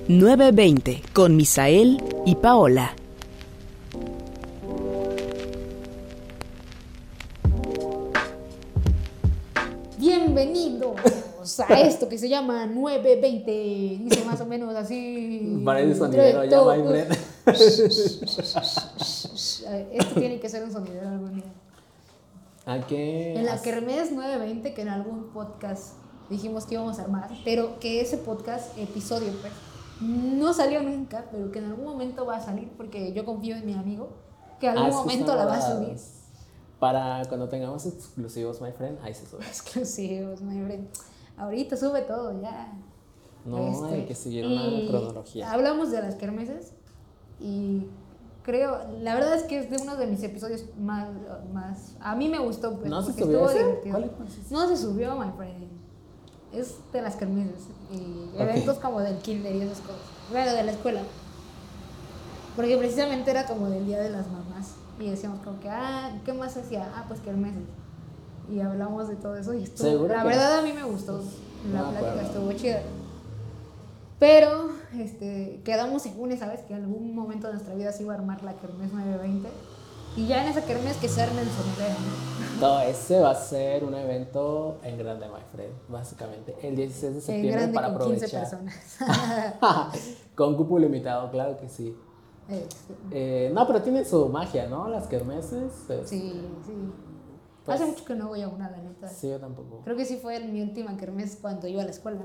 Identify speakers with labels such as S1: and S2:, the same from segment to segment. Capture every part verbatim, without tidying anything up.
S1: nueve veinte con Misael y Paola.
S2: Bienvenidos a esto que se llama nueve veinte. Dice más o menos así.
S3: Parece sonidero, ya va a
S2: Esto tiene que ser un sonidero algún día.
S3: ¿A qué?
S2: En la Kermés nueve veinte, que en algún podcast dijimos que íbamos a armar, pero que ese podcast, episodio, pues, no salió nunca, pero que en algún momento va a salir, porque yo confío en mi amigo, que en algún
S3: ah,
S2: momento la va a subir.
S3: Para cuando tengamos exclusivos, my friend, ahí se sube.
S2: Exclusivos, my friend. Ahorita sube todo, ya.
S3: No,
S2: este,
S3: hay que seguir una cronología.
S2: Hablamos de las kermeses y creo, la verdad es que es de uno de mis episodios más, más a mí me gustó, pues,
S3: ¿No se
S2: porque
S3: subió
S2: estuvo
S3: ese?
S2: divertido.
S3: ¿Cuál es?
S2: No se subió, my friend. Es de las kermeses y
S3: Okay.
S2: eventos como del kinder y esas cosas. Bueno, de la escuela. Porque precisamente era como del Día de las Mamás. Y decíamos como que, ah, ¿qué más hacía? Ah, pues kermeses. Y hablamos de todo eso y estuvo,
S3: ¿Seguro
S2: la
S3: que
S2: verdad
S3: no?
S2: a mí me gustó. La
S3: No me
S2: plática
S3: acuerdo.
S2: estuvo chida. Pero este, quedamos según, ¿sabes? Que en algún momento de nuestra vida se iba a armar la kermés nueve veinte. Y ya en esa kermés que se arme el sonidero, ¿no?
S3: No, ese va a ser un evento en grande, my friend, básicamente. El dieciséis de
S2: En
S3: septiembre
S2: grande
S3: para
S2: con quince
S3: aprovechar.
S2: personas.
S3: Con cupo limitado, claro que sí.
S2: Este,
S3: Eh, no, pero tiene su magia, ¿no? Las kermeses. es-
S2: sí, sí.
S3: Pues-
S2: Hace mucho que no voy a una, la neta.
S3: Sí, yo tampoco.
S2: Creo que sí fue mi última kermés cuando iba a la escuela.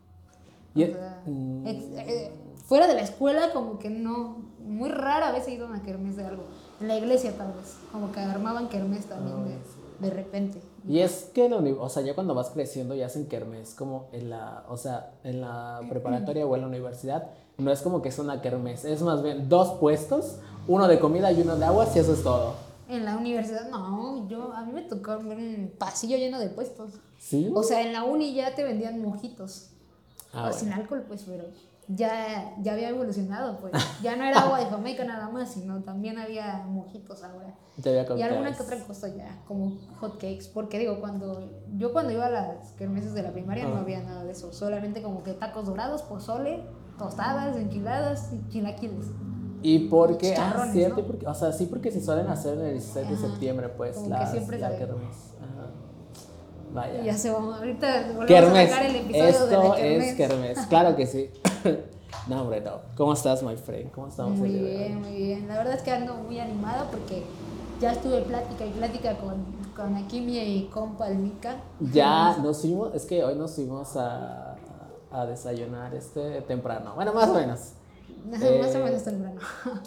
S3: Y
S2: O
S3: el-
S2: sea,
S3: mm,
S2: ex- eh, fuera de la escuela, como que no. Muy rara vez he ido a una kermés de algo. En la iglesia, tal vez. Como que armaban kermés también
S3: Ah,
S2: de,
S3: sí.
S2: de repente.
S3: Y es que, la uni- o sea, ya cuando vas creciendo ya hacen kermés como en la, o sea, en la preparatoria o en la universidad, no es como que es una kermés, es más bien dos puestos, uno de comida y uno de aguas y eso es todo.
S2: En la universidad, no. Yo, a mí me tocó ver un pasillo lleno de puestos.
S3: ¿Sí?
S2: O sea, en la uni ya te vendían mojitos.
S3: Ah,
S2: o sin
S3: bueno.
S2: alcohol, pues, pero ya, ya había evolucionado, pues. Ya no era agua de Jamaica nada más, sino también había mojitos ahora.
S3: Ya había
S2: Y
S3: cócteles.
S2: alguna que otra cosa ya, como hot cakes. Porque digo, cuando yo cuando iba a las kermeses de la primaria no
S3: Ah.
S2: había nada de eso. Solamente como que tacos dorados, pozole, tostadas, enchiladas y chilaquiles.
S3: Y porque, ah,
S2: Chicharrones,
S3: cierto,
S2: ¿no?
S3: y porque, o sea, sí porque se suelen hacer en el dieciséis de
S2: Ajá.
S3: septiembre, pues,
S2: Como que
S3: las,
S2: siempre
S3: la
S2: sale.
S3: kermés. Ajá. Vaya.
S2: Y ya se va. Ahorita volvemos
S3: Kermés.
S2: a sacar el episodio
S3: Esto
S2: de la kermés.
S3: es kermés, claro que sí. No, hombre, no. ¿Cómo estás, my friend? ¿Cómo estamos
S2: Muy
S3: el día de hoy?
S2: bien, muy bien. La verdad es que ando muy animada porque ya estuve plática y plática con, con aquí mi compa, el Mica.
S3: Ya nos fuimos, es que hoy nos fuimos a, a desayunar este temprano. Bueno, más o menos.
S2: Más
S3: Eh,
S2: o menos temprano.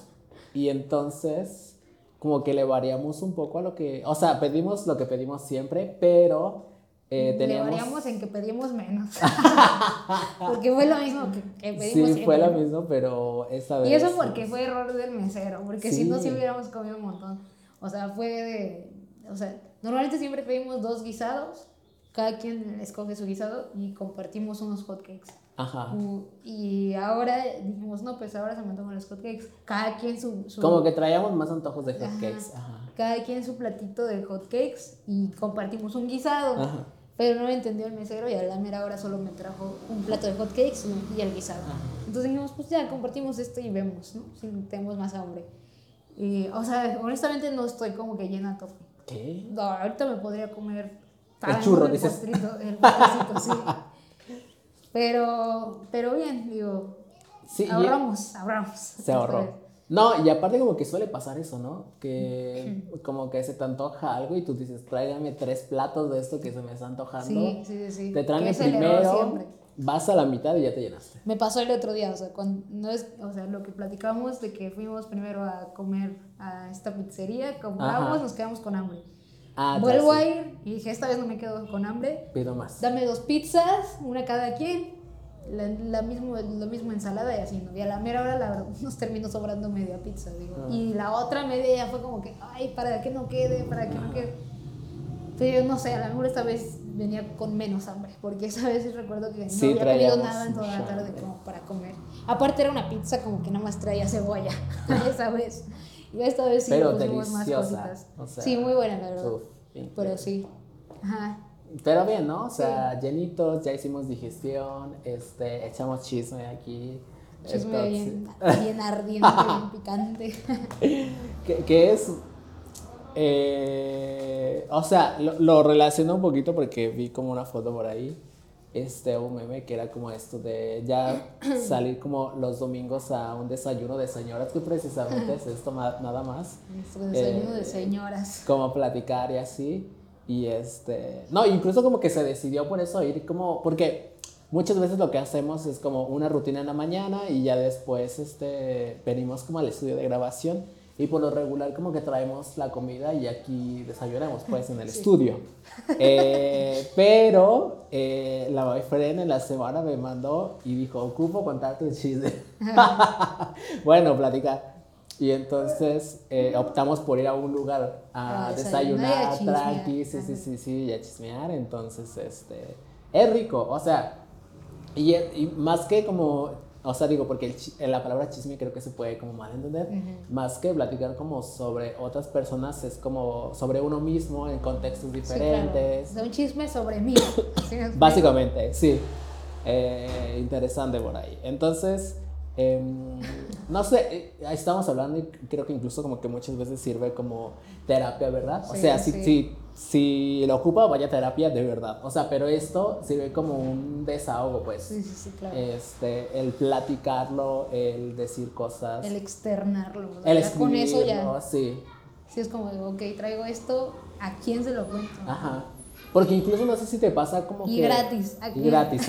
S3: Y entonces, como que le variamos un poco a lo que. O sea, pedimos lo que pedimos siempre, pero eh,
S2: Le
S3: teníamos.
S2: variamos en que pedimos menos. Porque fue lo mismo que, que pedimos
S3: Sí,
S2: siempre.
S3: fue lo mismo, pero esta vez.
S2: Y eso porque fue error del mesero. Porque si no,
S3: Sí.
S2: sí hubiéramos comido un montón. O sea, fue de. O sea, normalmente siempre pedimos dos guisados. Cada quien escoge su guisado y compartimos unos hotcakes.
S3: Ajá.
S2: Uh, y ahora dijimos, no, pues ahora se me toman los hotcakes. Cada quien su, su
S3: Como que traíamos más antojos de
S2: Ajá.
S3: hotcakes. Ajá.
S2: Cada quien su platito de hotcakes y compartimos un guisado.
S3: Ajá.
S2: Pero no lo entendió el mesero y a la mera hora solo me trajo un plato de hotcakes y el guisado.
S3: Ajá.
S2: Entonces dijimos, pues ya compartimos esto y vemos, ¿no? Si tenemos más hambre. Y, o sea, honestamente no estoy como que llena a tope.
S3: ¿Qué?
S2: No, ahorita me podría comer
S3: El churro,
S2: el
S3: dices.
S2: postrito, el postrito, sí. Pero, pero bien, digo,
S3: Sí, y-
S2: ahorramos, ahorramos.
S3: Se ahorró. No, y aparte como que suele pasar eso, ¿no? Que como que se te antoja algo y tú dices, tráigame tres platos de esto que se me está antojando.
S2: Sí, sí, sí, sí.
S3: Te traen
S2: Que
S3: el
S2: es el error
S3: primero,
S2: siempre.
S3: vas a la mitad y ya te llenaste.
S2: Me pasó el otro día, o sea, cuando, no es, o sea, lo que platicamos de que fuimos primero a comer a esta pizzería, compramos,
S3: Ajá.
S2: nos quedamos con hambre.
S3: Ah, ya,
S2: Vuelvo
S3: sí.
S2: a ir y dije, esta vez no me quedo con hambre,
S3: Pido más.
S2: dame dos pizzas, una cada quien, la, la mismo, lo mismo ensalada y así, ¿no? Y a la mera hora la verdad, nos terminó sobrando media pizza, digo.
S3: Ah.
S2: Y la otra media ya fue como que, ay, para que no quede, para que no quede. Pero yo no sé, a lo mejor esta vez venía con menos hambre, porque esa vez sí recuerdo que no
S3: Sí,
S2: había comido
S3: traíamos
S2: nada en toda la
S3: mucha
S2: tarde
S3: hambre.
S2: como para comer. Aparte era una pizza como que nada más traía cebolla, esa vez. Y esta vez sí
S3: Pero
S2: le pusimos más
S3: deliciosa,
S2: cositas.
S3: o sea,
S2: sí, muy buena la verdad.
S3: Uf, increíble.
S2: Pero sí. Ajá.
S3: Pero bien, ¿no? O sea, llenitos, ya hicimos digestión, este, echamos chisme aquí.
S2: Chisme bien, bien ardiente, bien picante.
S3: que, que es, eh, o sea, lo, lo relaciono un poquito porque vi como una foto por ahí, este, un meme que era como esto de ya salir como los domingos a un desayuno de señoras, que precisamente es esto ma- nada más.
S2: Nuestro desayuno
S3: Eh,
S2: de señoras.
S3: Como platicar y así. Y este, no, incluso como que se decidió por eso ir como, porque muchas veces lo que hacemos es como una rutina en la mañana y ya después este, venimos como al estudio de grabación y por lo regular como que traemos la comida y aquí desayunamos pues en el
S2: Sí.
S3: estudio. Eh, pero eh, la boyfriend en la semana me mandó y dijo, ocupo contarte un chisme. Bueno, platicar. Y entonces eh, optamos por ir a un lugar a
S2: A desayunar y a
S3: desayunar,
S2: chismear.
S3: tranqui, sí, sí,
S2: Ajá.
S3: sí, sí, y a chismear. Entonces, este, es rico, o sea, y, y más que como, o sea, digo, porque el chi- la palabra chisme creo que se puede como mal entender,
S2: Ujú.
S3: más que platicar como sobre otras personas, es como sobre uno mismo en contextos
S2: Sí,
S3: diferentes.
S2: claro. De un chisme sobre mí. ¿Sí me explico?
S3: Básicamente, sí. Eh, interesante por ahí. Entonces, em, no sé, eh, ahí estamos hablando y creo que incluso como que muchas veces sirve como terapia, ¿verdad? O
S2: Sí,
S3: sea, si,
S2: sí.
S3: si, si lo ocupa, vaya terapia de verdad. O sea, pero esto sirve como un desahogo, pues.
S2: Sí, sí, sí, claro.
S3: Este, el platicarlo, el decir cosas,
S2: El externarlo. O sea,
S3: el
S2: ya con eso
S3: escribirlo,
S2: ya.
S3: sí.
S2: Sí, es como, de, ok, traigo esto, ¿a quién se lo cuento?
S3: Ajá. Porque incluso no sé si te pasa como
S2: Y
S3: que...
S2: gratis, ¿a
S3: Y
S2: quién?
S3: gratis.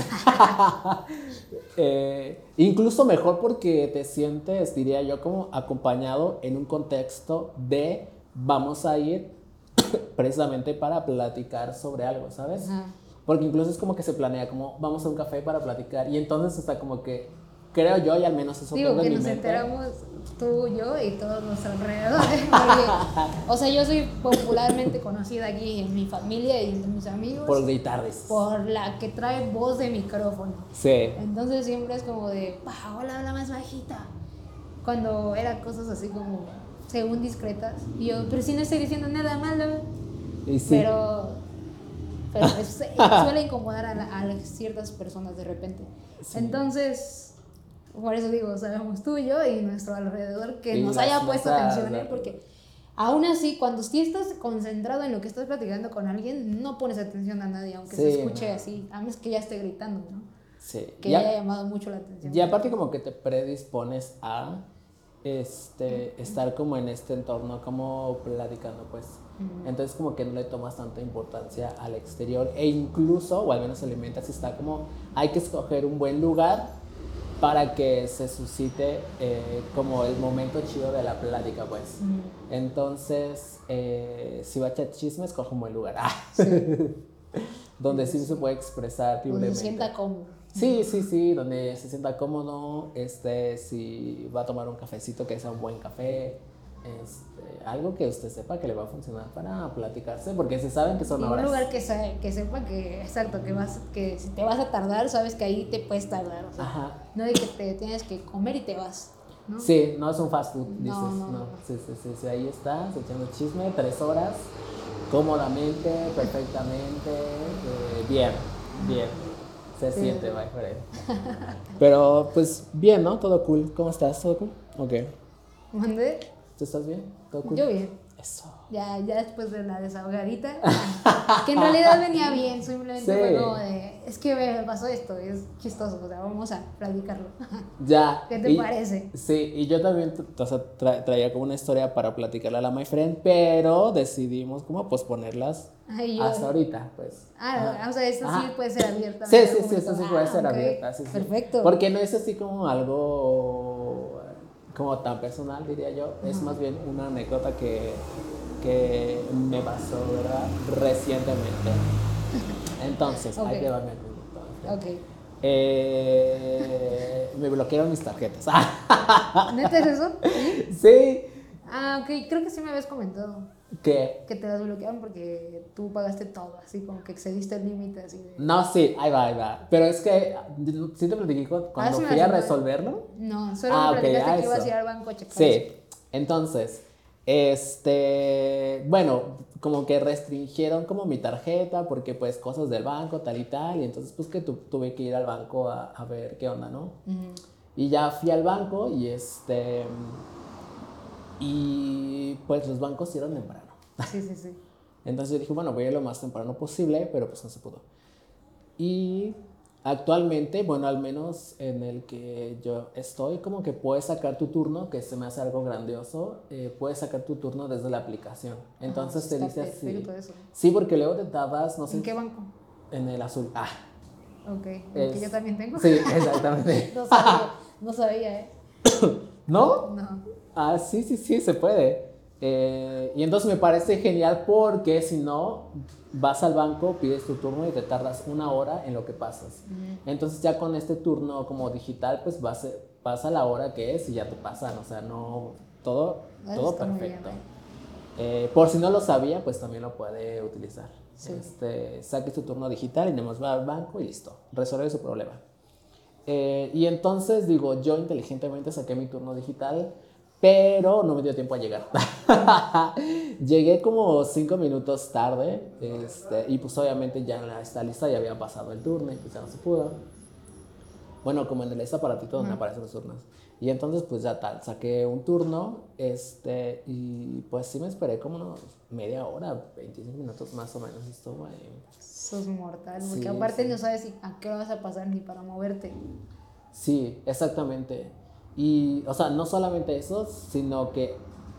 S3: Eh, incluso mejor porque te sientes, diría yo, como acompañado en un contexto de vamos a ir precisamente para platicar sobre algo, ¿sabes?
S2: Ajá.
S3: Porque incluso es como que se planea como vamos a un café para platicar y entonces está como que, creo yo, y al menos eso
S2: Digo
S3: tengo
S2: que
S3: en mi
S2: nos
S3: mente.
S2: enteramos tú, yo y todos los alrededores. Porque, o sea, yo soy popularmente conocida aquí en mi familia y entre mis amigos
S3: Por gritar, dices.
S2: por la que trae voz de micrófono.
S3: Sí.
S2: Entonces siempre es como de, Paola, habla más bajita. Cuando eran cosas así como, según discretas. Y yo, pero si no estoy diciendo nada malo.
S3: Y sí.
S2: Pero, pero es- suele incomodar a, la- a ciertas personas de repente.
S3: Sí.
S2: Entonces, por eso digo, sabemos tú y yo y nuestro alrededor que
S3: Y
S2: nos
S3: las
S2: haya puesto
S3: mesas,
S2: atención en él,
S3: la-
S2: porque aún así, cuando sí estás concentrado en lo que estás platicando con alguien, no pones atención a nadie, aunque se
S3: Sí,
S2: escuche
S3: no.
S2: así, a menos que ya esté gritando, ¿no?
S3: Sí.
S2: Que
S3: Ya-
S2: haya llamado mucho la atención.
S3: Y aparte como que te predispones a este, estar como en este entorno, como platicando, pues.
S2: Ujú.
S3: Entonces como que no le tomas tanta importancia al exterior e incluso, o al menos el ambiente así está como, hay que escoger un buen lugar para que se suscite eh, como el momento chido de la plática, pues.
S2: Ujú.
S3: Entonces, eh, si va a echar chismes, coge un buen lugar. Ah,
S2: Sí.
S3: donde sí se puede expresar
S2: Donde
S3: libremente.
S2: se sienta cómodo.
S3: Sí, sí, sí, donde se sienta cómodo, este, si va a tomar un cafecito, que sea un buen café, este, algo que usted sepa que le va a funcionar para platicarse, porque se saben que son
S2: Y un
S3: horas.
S2: lugar que, se- que sepa que, exacto, que vas, que si te vas a tardar, sabes que ahí te puedes tardar. O sea,
S3: Ajá.
S2: no de que te tienes que comer y te vas, ¿no?
S3: Sí, no es un fast food,
S2: No,
S3: dices, no,
S2: no, no.
S3: Sí, sí, sí, sí, ahí estás, echando chisme, tres horas, cómodamente, perfectamente, eh, bien, bien, se
S2: Sí.
S3: siente, my friend. Pero, pues, bien, ¿no? Todo cool, ¿cómo estás? ¿Todo cool? Ok,
S2: ¿Mandé?
S3: ¿tú estás bien? ¿Todo cool?
S2: Yo bien.
S3: Eso.
S2: Ya, ya después de la desahogadita, que en realidad venía bien, simplemente
S3: Sí.
S2: fue como de, es que me pasó esto, y es chistoso, o sea, vamos a platicarlo.
S3: Ya.
S2: ¿Qué te
S3: y-
S2: parece?
S3: Sí, y yo también t- o sea, tra- traía como una historia para platicarle a la my friend, pero decidimos como posponerlas
S2: Ay, yo-
S3: hasta ahorita, pues.
S2: Ah,
S3: Ajá.
S2: o sea, esto sí
S3: Ajá.
S2: puede ser abierta.
S3: Sí,
S2: en
S3: sí,
S2: algún
S3: sí, esto sí
S2: momento.
S3: puede
S2: Ah,
S3: ser
S2: ok.
S3: abierta, sí, sí.
S2: Perfecto.
S3: Porque no es así como algo como tan personal, diría yo. Es
S2: Ajá.
S3: más bien una anécdota que, que me pasó, ¿verdad? Recientemente. Entonces,
S2: Ok.
S3: ahí te va mi anécdota.
S2: Ok.
S3: Eh, me bloquearon mis tarjetas.
S2: ¿Neta es eso? ¿Sí?
S3: Sí.
S2: Ah, ok, creo que sí me habías comentado
S3: ¿Qué?
S2: que te las bloquearon porque tú pagaste todo, así como que excediste el límite, así de...
S3: No, sí, ahí va, ahí va. Pero es que, ¿sí te platiqué cu- cuando
S2: sí me
S3: fui a
S2: las-
S3: resolverlo?
S2: No, solo
S3: Ah,
S2: me
S3: ok,
S2: platicaste
S3: ah,
S2: que ibas
S3: eso.
S2: a ir al banco a checar eso.
S3: Sí, entonces, este, bueno, como que restringieron como mi tarjeta porque pues cosas del banco, tal y tal, y entonces pues que tu- tuve que ir al banco a, a ver qué onda, ¿no?
S2: Ujú.
S3: Y ya fui al banco y este... Y pues los bancos cierran temprano.
S2: Sí, sí, sí.
S3: Entonces yo dije, bueno, voy a ir lo más temprano posible, pero pues no se pudo. Y actualmente, bueno, al menos en el que yo estoy, como que puedes sacar tu turno, que se me hace algo grandioso, eh, puedes sacar tu turno desde la aplicación. Entonces
S2: Ah,
S3: te
S2: está
S3: dice así.
S2: perfecto eso.
S3: Sí, porque luego te tardas, no sé.
S2: ¿En qué banco?
S3: En el azul. Ah.
S2: Ok, el
S3: Es-
S2: que yo también tengo.
S3: Sí, exactamente.
S2: No sabía, no sabía, ¿eh?
S3: ¿No?
S2: No.
S3: Ah, sí, sí, sí, se puede. Eh, y entonces me parece genial porque si no, vas al banco, pides tu turno y te tardas una hora en lo que pasas.
S2: Ujú.
S3: Entonces ya con este turno como digital, pues vas, pasa la hora que es y ya te pasan. O sea, no, todo,
S2: Eso
S3: todo
S2: está muy
S3: perfecto.
S2: bien, ¿eh?
S3: Eh, por si no lo sabía, pues también lo puede utilizar.
S2: Sí.
S3: Este, saque su turno digital y nada más va al banco y listo, resuelve su problema. Eh, y entonces digo, yo inteligentemente saqué mi turno digital, pero no me dio tiempo a llegar. Llegué como cinco minutos tarde, este, y pues obviamente ya en la, esta lista ya había pasado el turno y pues ya no se pudo. Bueno, como en el este aparatito donde
S2: Ajá.
S3: aparecen los turnos. Y entonces pues ya tal, saqué un turno, este, y pues sí me esperé como unos media hora, veinticinco minutos más o menos estuvo ahí.
S2: Sos mortal, porque
S3: Sí,
S2: aparte
S3: sí.
S2: no sabes si a qué hora vas a pasar ni para moverte.
S3: Sí, exactamente. Y, o sea, no solamente eso, sino que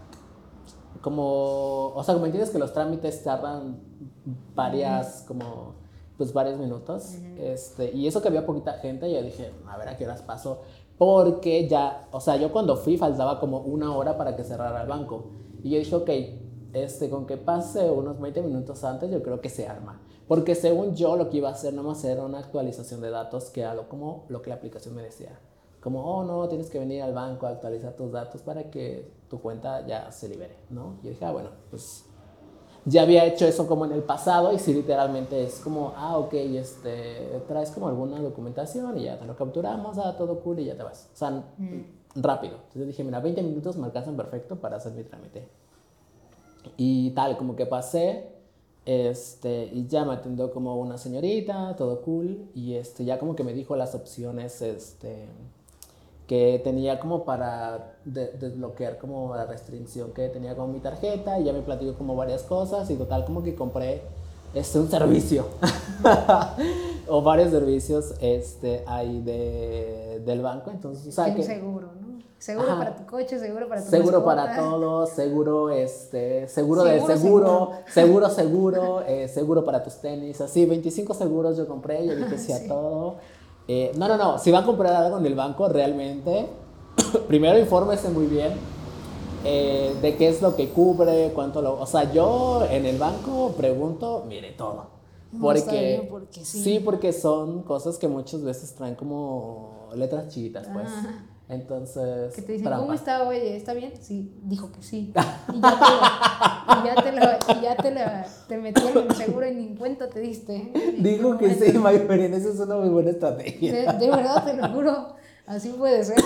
S3: como, o sea, como entiendes que los trámites tardan varias, como, pues varios minutos,
S2: Ujú.
S3: este, y eso que había poquita gente, yo dije, a ver a qué horas paso, porque ya, o sea, yo cuando fui faltaba como una hora para que cerrara el banco, y yo dije, ok, este, con que pase unos veinte minutos antes, yo creo que se arma, porque según yo lo que iba a hacer no más era una actualización de datos, que era lo, como lo que la aplicación me decía. Como, oh no, tienes que venir al banco a actualizar tus datos para que tu cuenta ya se libere, ¿no? Y yo dije, ah, bueno, pues ya había hecho eso como en el pasado y sí, literalmente es como, ah, ok, este, traes como alguna documentación y ya te lo capturamos, ah, todo cool y ya te vas. O sea,
S2: Mm.
S3: rápido. Entonces dije, mira, veinte minutos me alcanzan perfecto para hacer mi trámite. Y tal, como que pasé, este, y ya me atendió como una señorita, todo cool, y este, ya como que me dijo las opciones, este que tenía como para de- desbloquear como la restricción que tenía con mi tarjeta y ya me platicó como varias cosas y total como que compré este, un servicio o varios servicios este, ahí de, del banco, entonces o sea
S2: Que un
S3: que
S2: seguro, ¿no? Seguro
S3: Ajá.
S2: para tu coche, seguro para tu
S3: seguro
S2: mascota.
S3: para todo, seguro, este, seguro del
S2: Seguro,
S3: seguro, seguro, seguro, eh, seguro para tus tenis, así, veinticinco seguros yo compré, yo dije sí a
S2: Sí.
S3: todo. Eh, no, no, no, si van a comprar algo en el banco, realmente, primero infórmese muy bien eh, de qué es lo que cubre, cuánto lo... O sea, yo en el banco pregunto, mire, todo.
S2: No, está bien,
S3: Porque,
S2: porque sí.
S3: sí, porque son cosas que muchas veces traen como letras chiquitas, pues.
S2: Ajá.
S3: Entonces,
S2: Que te dicen,
S3: trampa.
S2: ¿cómo está? Oye, ¿está bien? Sí, dijo que sí. Y ya te lo, y ya te lo, y ya te lo, te metieron el seguro y ni en cuenta te diste. ¿eh? Ni en
S3: Digo
S2: qué
S3: que sí,
S2: momento.
S3: Mayferín, esa es una muy buena estrategia.
S2: De, de verdad, te lo juro. Así puede ser.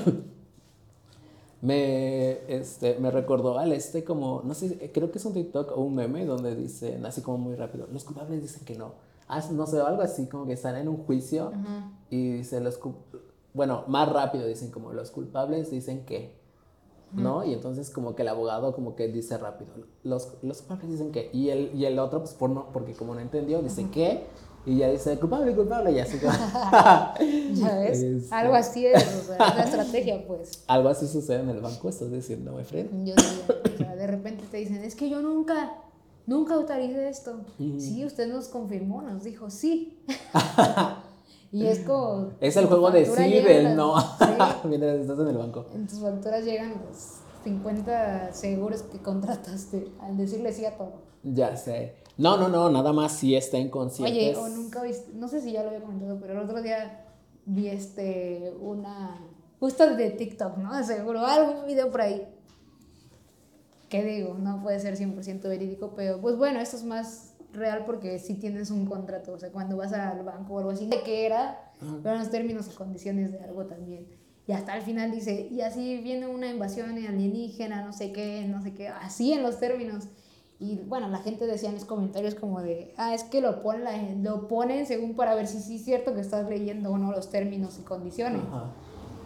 S3: Me, este, me recordó al este como, no sé, creo que es un TikTok o un meme donde dicen así como muy rápido, los culpables dicen que no. Ah, no sé, algo así como que están en un juicio
S2: Ajá.
S3: y dice los, bueno, más rápido dicen como los culpables dicen que, ¿no? Y entonces como que el abogado como que dice rápido, los, los culpables dicen que, y el, y el otro pues por no, porque como no entendió, dice que, y ya dice culpable, culpable, y así como...
S2: Ya ves,
S3: Este,
S2: algo así es, o sea, es la estrategia, pues.
S3: algo así sucede en el banco, estás diciendo, my friend.
S2: Yo diría, o sea, de repente te dicen, es que yo nunca, nunca autoricé esto.
S3: Ujú.
S2: Sí, usted nos confirmó, nos dijo sí. Y es como.
S3: Es el
S2: en tu
S3: juego de
S2: factura
S3: sí,
S2: llegan
S3: del no.
S2: las- Sí,
S3: Mientras estás en el banco.
S2: en tus facturas llegan los cincuenta seguros que contrataste al decirle sí a todo.
S3: Ya sé. No, no, no, nada más si estén
S2: Oye,
S3: conscientes.
S2: o nunca viste, no sé si ya lo había comentado, pero el otro día vi este, una, justo de TikTok, ¿no? De seguro, algún video por ahí. ¿Qué digo? No puede ser cien por ciento verídico, pero pues bueno, esto es más real porque sí tienes un contrato, o sea, cuando vas al banco o algo así, de qué era, pero en los términos y condiciones de algo también. Y hasta el final dice, y así viene una invasión alienígena, no sé qué, no sé qué, así en los términos. Y bueno, la gente decía en los comentarios como de, ah, es que lo ponen, la, lo ponen según para ver si sí es cierto que estás leyendo o no los términos y condiciones.
S3: Ajá.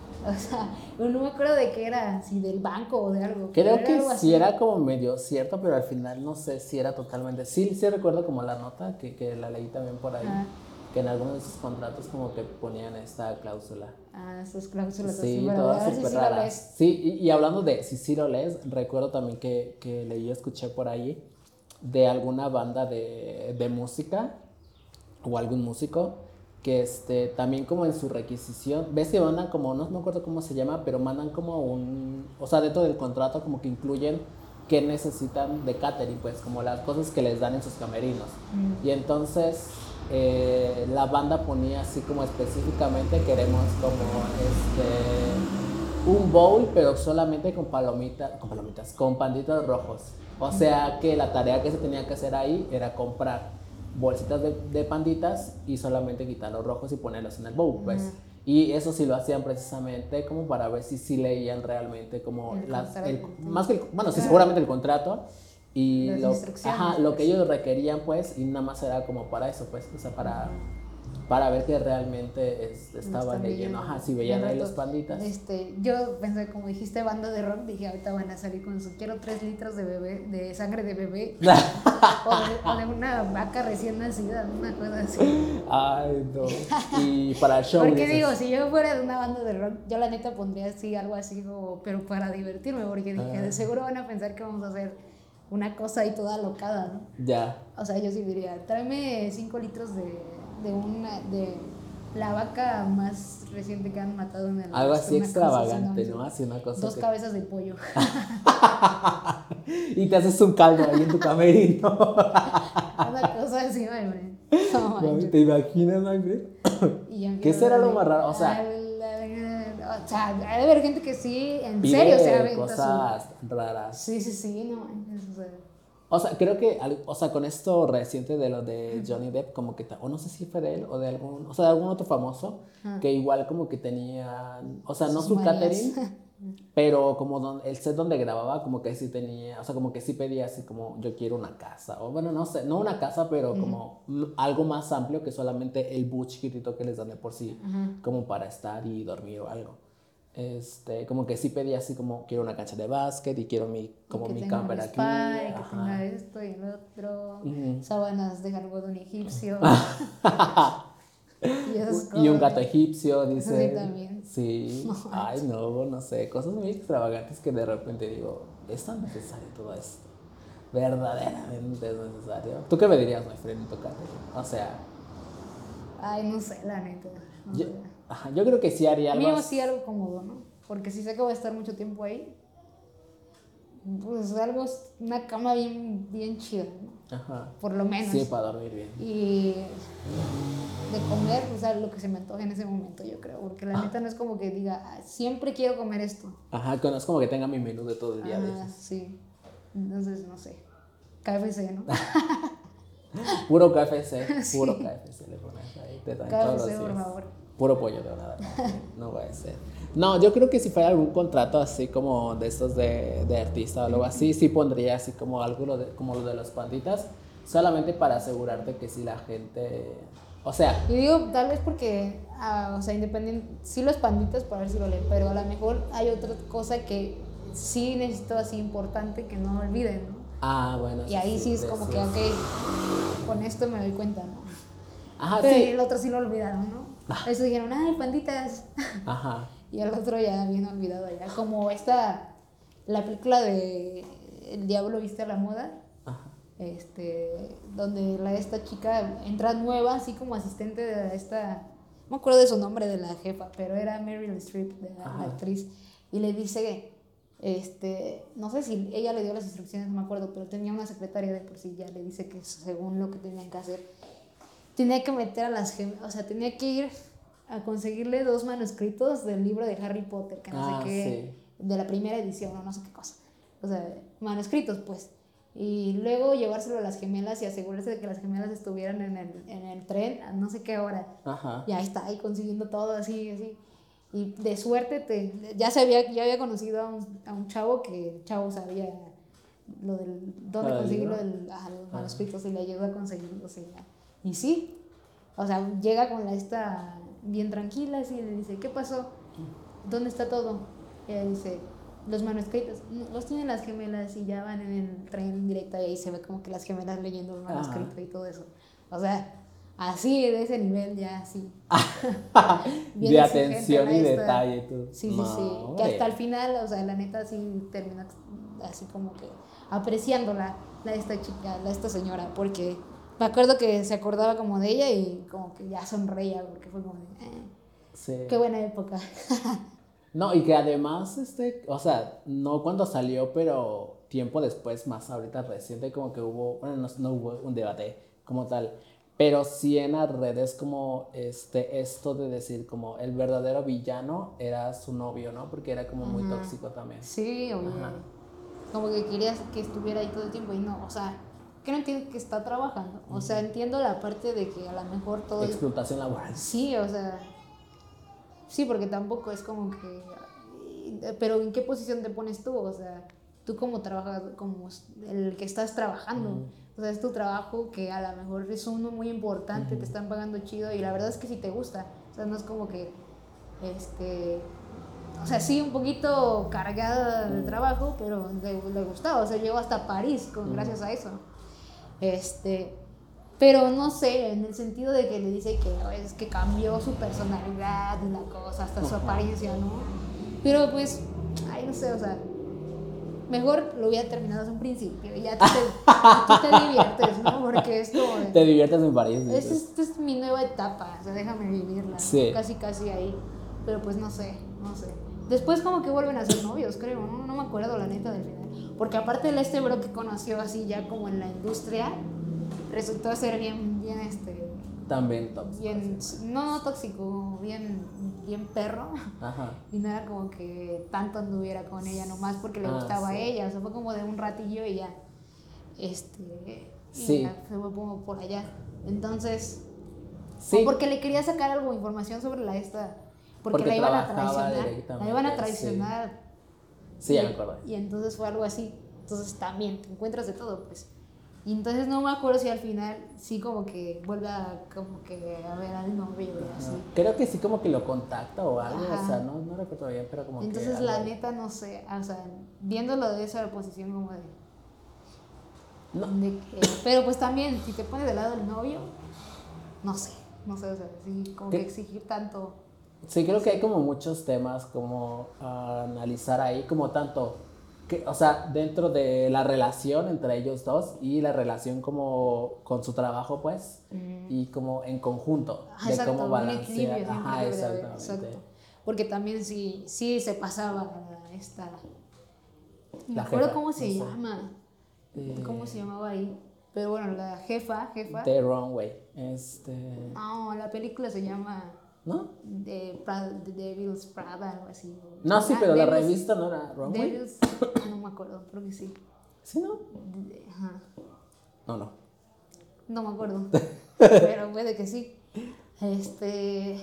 S2: O sea, no me acuerdo de qué era, si del banco o de algo.
S3: Creo
S2: era
S3: que
S2: algo
S3: sí
S2: así.
S3: era como medio cierto, pero al final no sé si era totalmente. Sí, sí recuerdo como la nota que, que la leí también por ahí,
S2: Ah.
S3: que en algunos de sus contratos como que ponían esta cláusula.
S2: Ah, esas cláusulas así,
S3: Sí,
S2: pero a
S3: todas
S2: ver si
S3: súper
S2: sí lo
S3: raras.
S2: lees.
S3: Sí, y, y hablando de si sí lo lees, recuerdo también que, que leí, escuché por ahí de alguna banda de, de música o algún músico que este, también como en su requisición, ves que mandan como, no me acuerdo cómo se llama, pero mandan como un, o sea, dentro del contrato como que incluyen que necesitan de catering, pues como las cosas que les dan en sus camerinos. Mm. Y entonces eh, la banda ponía así como específicamente queremos como este un bowl pero solamente con palomitas, con palomitas, con panditos rojos. O sea que la tarea que se tenía que hacer ahí era comprar bolsitas de, de panditas y solamente quitar los rojos y ponerlos en el bowl, pues. Uh-huh. Y eso sí lo hacían precisamente como para ver si sí leían realmente como
S2: el
S3: las,
S2: contrato,
S3: el, más que el, bueno, sí, seguramente el contrato y lo, ajá, lo que ellos requerían, pues, y nada más era como para eso, pues, o sea, para, uh-huh. para ver que realmente es, estaban leyendo, ajá, si veían ahí los panditas.
S2: Este, yo pensé, como dijiste banda de rock, dije, ahorita van a salir con su, quiero tres litros de bebé, de sangre de bebé, o, de, o de una vaca recién nacida, una cosa así.
S3: Ay, no, y para el show.
S2: Porque dices, digo, si yo fuera de una banda de rock, yo la neta pondría así, algo así, como, pero para divertirme, porque dije, ah. de seguro van a pensar que vamos a hacer una cosa ahí toda locada, ¿no?
S3: Ya.
S2: O sea, yo sí diría, tráeme cinco litros de, de una, de la vaca más reciente que han matado en el...
S3: Algo así extravagante, así, ¿no? Así una cosa.
S2: Dos
S3: que...
S2: cabezas de pollo.
S3: Y te haces un caldo ahí en tu camerino.
S2: Una cosa así, my no,
S3: no, ¿te imaginas, my friend? ¿Qué será lo más raro? O sea...
S2: O sea, hay de haber gente que sí, en serio, se aventa
S3: cosas
S2: su...
S3: raras.
S2: Sí, sí, sí, no, o sea...
S3: O sea, creo que, o sea, con esto reciente de lo de Johnny Depp, como que, o no sé si fue de él o de algún, o sea, de algún otro famoso, ah. que igual como que tenían, o sea, no su catering, pero como don, el set donde grababa, como que sí tenía, o sea, como que sí pedía así como, yo quiero una casa, o bueno, no sé, no una casa, pero uh-huh. como algo más amplio que solamente el bus chiquitito que les dan de por sí, uh-huh. como para estar y dormir o algo. Este, como que sí pedía así como quiero una cancha de básquet y quiero mi como mi camper aquí,
S2: spa, y que tenga esto y el otro, uh-huh. sábanas de algodón egipcio
S3: y, esas y un gato egipcio, dice.
S2: Sí, también.
S3: Sí. No, ay, no, no sé, cosas muy extravagantes que de repente digo, ¿es tan necesario todo esto? Verdaderamente es necesario. ¿Tú qué me dirías, my friend, en tu caso? O sea,
S2: ay, no sé, la neta. No
S3: yo,
S2: sé.
S3: Ajá, yo creo que sí haría algo.
S2: Mío sí algo cómodo, ¿no? Porque si sé que voy a estar mucho tiempo ahí, pues algo, una cama bien, bien chida, ¿no?
S3: Ajá.
S2: Por lo menos.
S3: Sí, para dormir bien.
S2: Y de comer, o sea, lo que se me antoje en ese momento, yo creo. Porque la neta no es como que diga, ah, siempre quiero comer esto.
S3: Ajá, no es como que tenga mi menú de todo el día.
S2: Ah, sí. Entonces, no sé. K F C, ¿no?
S3: Puro K F C, puro
S2: sí.
S3: K F C le pones ahí. Te dan
S2: K F C,
S3: todos los días.
S2: por favor.
S3: Puro pollo de verdad. No va a ser. No, yo creo que si fuera algún contrato así como de estos de, de artista o algo así, sí pondría así como algo lo de, como lo de los panditas, solamente para asegurarte que si la gente, o sea...
S2: Yo digo, tal vez porque, uh, o sea, independiente, sí los panditas para ver si lo leen, pero a lo mejor hay otra cosa que sí necesito así importante que no olviden, ¿no?
S3: Ah, bueno.
S2: Y ahí sí, sí es como sí. que, ok, con esto me doy cuenta, ¿no?
S3: Ajá,
S2: pero
S3: sí.
S2: el otro sí lo olvidaron, ¿no? Ah. Eso dijeron, ay, panditas.
S3: Ajá.
S2: Y el otro ya bien olvidado ya. Como esta, la película de El Diablo Viste a la Moda. Ajá. Este, donde la, esta chica entra nueva, así como asistente de esta, no me acuerdo de su nombre de la jefa, pero era Meryl Streep, de la, la actriz. Y le dice, este, no sé si ella le dio las instrucciones, no me acuerdo, pero tenía una secretaria de por sí, ya le dice que según lo que tenían que hacer, tenía que meter a las gemelas, o sea, tenía que ir a conseguirle dos manuscritos del libro de Harry Potter, que no
S3: ah,
S2: sé qué, sí. de la primera edición o no sé qué cosa, o sea, manuscritos pues, y luego llevárselo a las gemelas y asegurarse de que las gemelas estuvieran en el, en el tren a no sé qué hora.
S3: Ajá.
S2: Y ahí está, ahí consiguiendo todo así, así, y de suerte te, ya, se había, ya había conocido a un, a un chavo que el chavo sabía lo del, dónde conseguir lo del, a los manuscritos y le ayudó a conseguirlo, o sea, y sí, o sea, llega con la esta bien tranquila así y le dice, ¿qué pasó? ¿dónde está todo? Y ella dice, los manuscritos, "No, los tienen las gemelas y ya van en el tren directo y ahí se ve como que las gemelas leyendo el manuscrito
S3: Ajá.
S2: y todo eso. O sea, así, de ese nivel ya, así. Bien
S3: De
S2: exigente
S3: atención
S2: la
S3: y
S2: esta.
S3: detalle, tú.
S2: Sí, sí,
S3: No,
S2: sí. Que
S3: hombre.
S2: hasta el final, o sea, la neta sí termina así como que apreciándola, la esta chica, la esta señora, porque me acuerdo que se acordaba como de ella y como que ya sonreía, porque fue como de, eh,
S3: Sí.
S2: qué buena época.
S3: No, y que además, este, o sea, no cuando salió, pero tiempo después, más ahorita reciente, como que hubo, bueno, no, no hubo un debate como tal, pero sí en las redes como este, esto de decir como el verdadero villano era su novio, ¿no? Porque era como muy
S2: Ajá.
S3: tóxico también.
S2: Sí, oye.
S3: Ajá.
S2: Como que querías que estuviera ahí todo el tiempo y no, o sea, que no entiendo que está trabajando. O sea, entiendo la parte de que a lo mejor todo el...
S3: Explotación laboral.
S2: Sí, o sea, sí, porque tampoco es como que... Pero ¿en qué posición te pones tú? O sea, tú como trabajas, como el que estás trabajando.
S3: Ujú.
S2: O sea, es tu trabajo que a lo mejor es uno muy importante, te están pagando chido y la verdad es que sí te gusta. O sea, no es como que, este... O sea, sí, un poquito cargada de trabajo, pero le, le gustaba. O sea, llegó hasta París con, gracias a eso. Este... Pero no sé, en el sentido de que le dice que es que cambió su personalidad y la cosa, hasta su apariencia, ¿no? Pero pues, ay, no sé, o sea, mejor lo hubiera terminado desde un principio y ya tú te, tú te diviertes, ¿no? Porque es como de,
S3: Te diviertes en París.
S2: es,
S3: dices.
S2: esta es mi nueva etapa, o sea, déjame vivirla, ¿no?
S3: Sí.
S2: Casi, casi ahí. Pero pues no sé, no sé. Después como que vuelven a ser novios, creo, ¿no? No me acuerdo la neta del final. Porque aparte de este bro que conoció así ya como en la industria, resultó ser bien, bien, este...
S3: También tóxico.
S2: Bien,
S3: sí.
S2: no, no tóxico, bien, bien perro.
S3: Ajá.
S2: Y no era como que tanto anduviera con ella nomás porque le
S3: Ah,
S2: gustaba
S3: sí.
S2: a ella. O sea, fue como de un ratillo y ya. Este... Y
S3: Sí.
S2: ya se fue como por allá. Entonces...
S3: Sí.
S2: O porque le quería sacar algo, información sobre la esta... Porque,
S3: Porque
S2: la iban a
S3: trabajaba
S2: traicionar. La
S3: directamente,
S2: iban a
S3: sí.
S2: traicionar.
S3: Sí, ya
S2: y,
S3: me acuerdo.
S2: y entonces fue algo así. Entonces también te encuentras de todo, pues. Y entonces no me acuerdo si al final sí como que vuelve a, como que a ver al novio y así.
S3: Creo que sí como que lo contacta o algo,
S2: Ajá.
S3: o sea, no, no recuerdo bien, pero como
S2: Entonces
S3: que...
S2: la
S3: algo-
S2: neta no sé, o sea, viéndolo de esa posición como de,
S3: No,
S2: de que, pero pues también si te pones del lado del novio, no sé, no sé, o sea, sí como
S3: ¿Qué?
S2: que exigir tanto.
S3: sí creo que hay como muchos temas como a analizar ahí, como tanto, que, o sea, dentro de la relación entre ellos dos y la relación como con su trabajo, pues, y como en conjunto,
S2: Ajá,
S3: de
S2: exacto,
S3: cómo
S2: un
S3: balancea.
S2: equilibrio siempre
S3: Ajá,
S2: debe de haber,
S3: exactamente.
S2: exacto. Porque también sí, sí se pasaba esta, no me
S3: La
S2: acuerdo
S3: jefa,
S2: cómo
S3: no
S2: se
S3: sé.
S2: llama,
S3: Eh,
S2: cómo se llamaba ahí, pero bueno, la jefa, jefa,
S3: The Wrong Way, este...
S2: no, la película se llama
S3: ¿No?
S2: de Prada, de Devil's Prada, algo así.
S3: No, sí,
S2: Ah,
S3: pero la
S2: Devil's-
S3: revista no era Wrong Way.
S2: Devil's, ah, no me acuerdo, creo que sí.
S3: ¿Sí, no?
S2: De- Ajá,
S3: No, no.
S2: no me acuerdo, pero puede que sí. Este,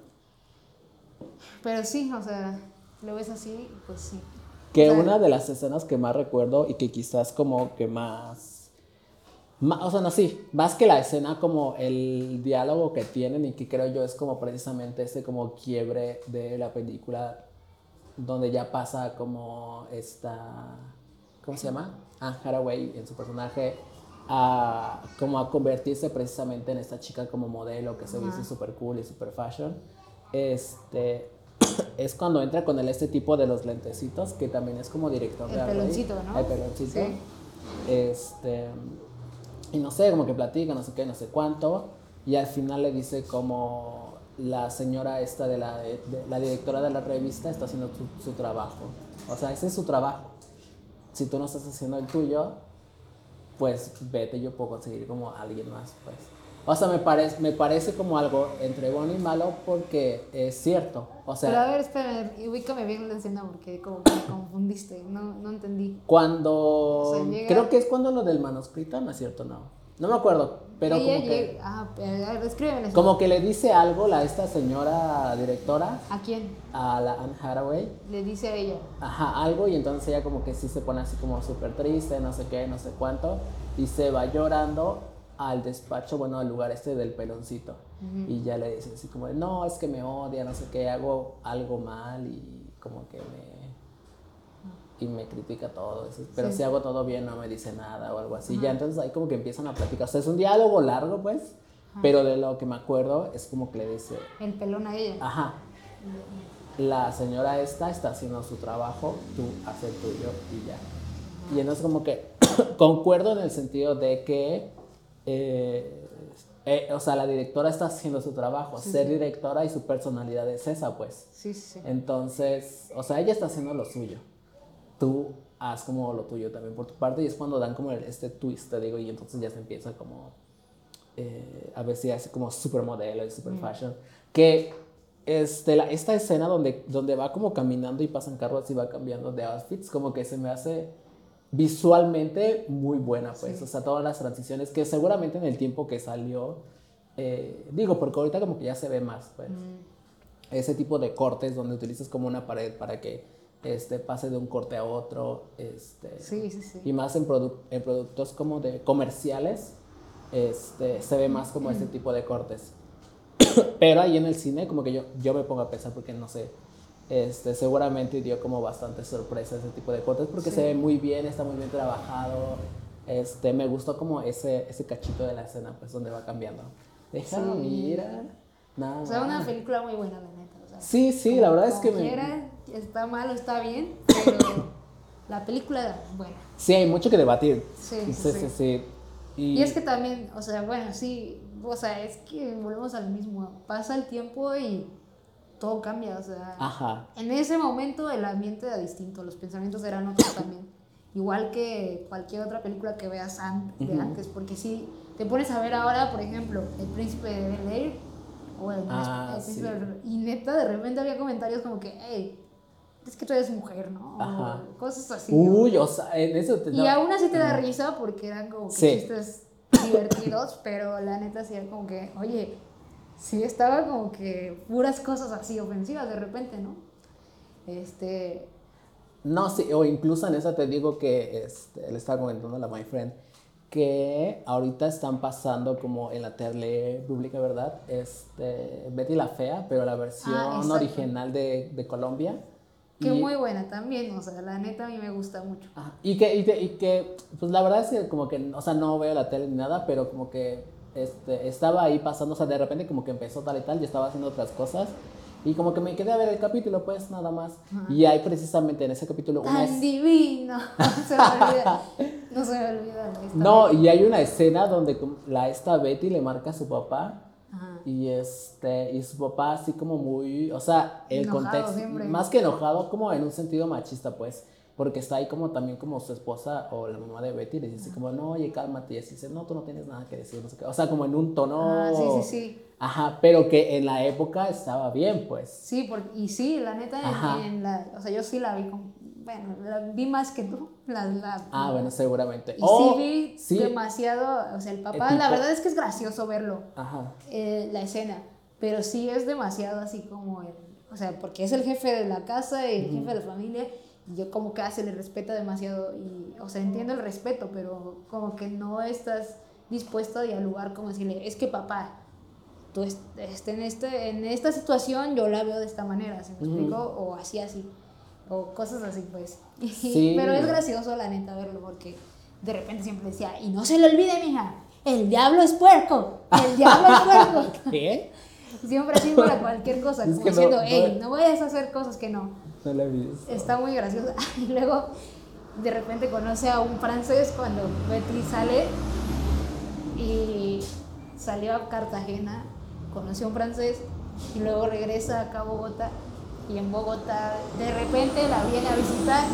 S2: pero sí, o sea, lo ves así, pues sí.
S3: Que
S2: O sea,
S3: una de las escenas que más recuerdo y que quizás como que más, ma- o sea, no, sí, más que la escena como el diálogo que tienen y que creo yo es como precisamente ese como quiebre de la película donde ya pasa como esta, ¿cómo se llama? Anne Hathaway en su personaje a como a convertirse precisamente en esta chica como modelo que se viste súper cool y súper fashion. Este es cuando entra con el este tipo de los lentecitos que también es como director
S2: El
S3: de arte.
S2: peloncito, ¿no?
S3: El peloncito.
S2: Sí.
S3: Este y no sé, como que platica, no sé qué, no sé cuánto y al final le dice como la señora esta de la, de, de, la directora de la revista está haciendo su, su trabajo. O sea, ese es su trabajo. Si tú no estás haciendo el tuyo, pues vete, yo puedo conseguir como a alguien más, pues. O sea, me parece, me parece como algo entre bueno y malo porque es cierto. O
S2: pero a
S3: sea,
S2: ver, espérame, ubícame bien la escena porque como que me confundiste, no, no entendí.
S3: cuando...
S2: O sea, llega-
S3: Creo que es cuando lo del manuscrito, ¿no es cierto? No. No me acuerdo, pero
S2: Ella
S3: como que...
S2: llega, ah, pero, a ver, escríbeme la escena.
S3: Como que le dice algo la esta señora directora
S2: ¿A quién?
S3: a la Anne Hathaway.
S2: Le dice a ella.
S3: Ajá, algo y entonces ella como que sí se pone así como súper triste, no sé qué, no sé cuánto, y se va llorando al despacho, bueno, al lugar este del peloncito. Uh-huh. Y ya le dice así como de, no, es que me odia, no sé qué, hago algo mal y como que me... y me critica todo eso. Pero sí. Si hago todo bien no me dice nada o algo así. Uh-huh. Ya entonces ahí como que empiezan a platicar. O sea, es un diálogo largo, pues, uh-huh. Pero de lo que me acuerdo es como que le dice...
S2: El pelón a ella.
S3: Ajá. La señora esta está haciendo su trabajo, tú haces el tuyo y ya. Uh-huh. Y entonces como que concuerdo en el sentido de que, eh, eh, o sea, la directora está haciendo su trabajo, sí, ser sí. directora y su personalidad es esa, pues.
S2: Sí, sí.
S3: Entonces, o sea, ella está haciendo lo suyo. Tú haz como lo tuyo también por tu parte y es cuando dan como el, este twist, te digo, y entonces ya se empieza como eh, a ver si hace como supermodelo y super fashion. Mm. Que este, la, esta escena donde, donde va como caminando y pasan carros y va cambiando de outfits, como que se me hace visualmente muy buena, pues. Sí. O sea, todas las transiciones que seguramente en el tiempo que salió, eh, digo, porque ahorita como que ya se ve más, pues. Mm. Ese tipo de cortes donde utilizas como una pared para que este, pase de un corte a otro, este,
S2: sí, sí, sí.
S3: Y más en, produ- en productos como de comerciales, este, se ve más como este tipo de cortes. Pero ahí en el cine como que yo, yo me pongo a pensar porque no sé, este, seguramente dio como bastante sorpresa ese tipo de cortes porque sí. Se ve muy bien, está muy bien trabajado, este, me gustó como ese, ese cachito de la escena pues donde va cambiando. Deja, sí. Mira, nada.
S2: O sea, una película muy buena, la neta. O sea,
S3: sí, sí,
S2: como,
S3: la verdad es que
S2: quiera, me... está mal o está bien, pero la película, bueno.
S3: Sí, hay mucho que debatir.
S2: Sí,
S3: sí,
S2: sí.
S3: sí,
S2: sí.
S3: sí. Y...
S2: y es que también, o sea, bueno, sí, o sea, es que volvemos al mismo. Pasa el tiempo y todo cambia, o sea.
S3: Ajá.
S2: En ese momento el ambiente era distinto, los pensamientos eran otros también. Igual que cualquier otra película que veas an- de uh-huh. antes, porque si te pones a ver ahora, por ejemplo, El Príncipe de Bel-Air o El,
S3: ah,
S2: el Príncipe
S3: sí.
S2: de... y neta, de repente había comentarios como que, hey, es que tú eres mujer, ¿no?
S3: Ajá.
S2: O cosas así.
S3: Uy,
S2: ¿no?
S3: O sea, en eso te...
S2: Y no. Aún así te da risa porque eran como que sí. Chistes divertidos, pero la neta sí era como que, oye, sí estaba como que puras cosas así ofensivas de repente, ¿no? Este...
S3: No, sí, o incluso en esa te digo que este, le estaba comentando a la my friend que ahorita están pasando como en la tele pública, ¿verdad? Este, Betty la Fea, pero la versión ah, original de, de Colombia.
S2: Que y, muy buena también, o sea, la neta a mí me gusta mucho.
S3: Ajá, y, que, y, que, y que, pues la verdad es que como que, o sea, no veo la tele ni nada, pero como que este, estaba ahí pasando, o sea, de repente como que empezó tal y tal, yo estaba haciendo otras cosas. Y como que me quedé a ver el capítulo, pues, nada más. Ajá. Y hay precisamente en ese capítulo
S2: ¡tan
S3: una es...
S2: divino! No se me olvida. No se me olvida.
S3: No, Betty. Y hay una escena donde la, esta Betty le marca a su papá. Ajá. Y este y su papá así como muy... O sea, el enojado contexto... Siempre. Más que enojado, como en un sentido machista, pues. Porque está ahí como también como su esposa o la mamá de Betty le dice así como, no, oye, cálmate. Y así dice, no, tú no tienes nada que decir, no sé qué. O sea, como en un tono...
S2: Ah, sí, sí, sí.
S3: Ajá, pero que en la época estaba bien, pues.
S2: Sí, porque, y sí, la neta, en, en la, o sea, yo sí la vi con, bueno, la vi más que tú. La, la,
S3: ah,
S2: la,
S3: bueno, seguramente.
S2: Y
S3: oh,
S2: sí vi sí. demasiado, o sea, el papá, el la verdad es que es gracioso verlo,
S3: Ajá.
S2: Eh, la escena, pero sí es demasiado así como, el, o sea, porque es el jefe de la casa y el uh-huh. jefe de la familia, y yo como que se le respeta demasiado, y, o sea, entiendo el respeto, pero como que no estás dispuesto a dialogar como decirle, es que papá, tú este, en, este, en esta situación yo la veo de esta manera, ¿se me uh-huh. explico? O así, así, o cosas así, pues. Sí. Pero es gracioso, la neta, verlo, porque de repente siempre decía, y no se le olvide, mija, el diablo es puerco, el diablo es puerco.
S3: ¿Qué?
S2: Siempre así para cualquier cosa, es como diciendo, no, hey, no, no vayas a hacer cosas que no.
S3: No la he visto.
S2: Está muy gracioso. Y luego, de repente conoce a un francés cuando Betty sale y salió a Cartagena. Conoció a un francés y luego regresa acá a Bogotá y en Bogotá de repente la viene a visitar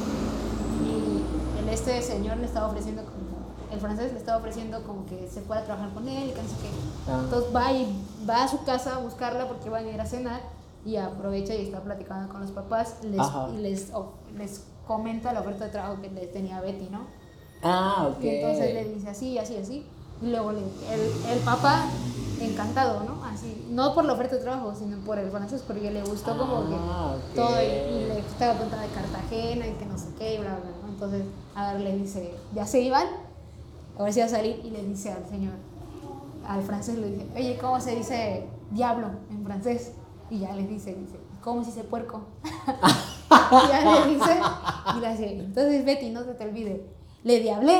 S2: y el, este señor le estaba ofreciendo como, el francés le estaba ofreciendo como que se fuera a trabajar con él y que no sé qué. Ah. Entonces va, y, va a su casa a buscarla porque van a ir a cenar y aprovecha y está platicando con los papás les, y les, oh, les comenta la oferta de trabajo que les tenía Betty, ¿no?
S3: Ah, ok.
S2: Y entonces le dice así, así, así y luego le, el, el papá encantado, ¿no? Así, no por la oferta de trabajo, sino por el francés, porque le gustó ah, como que okay. todo, y, y le estaba contando de Cartagena y que no sé qué, y bla, bla, bla. Entonces, a ver, le dice, ¿ya se iban? ahora sí va a salir y le dice al señor, al francés le dice, oye, ¿cómo se dice diablo en francés? Y ya le dice, dice, ¿cómo se dice puerco? Y ya le dice, y le dice, entonces Betty, no se te olvide, le diablé.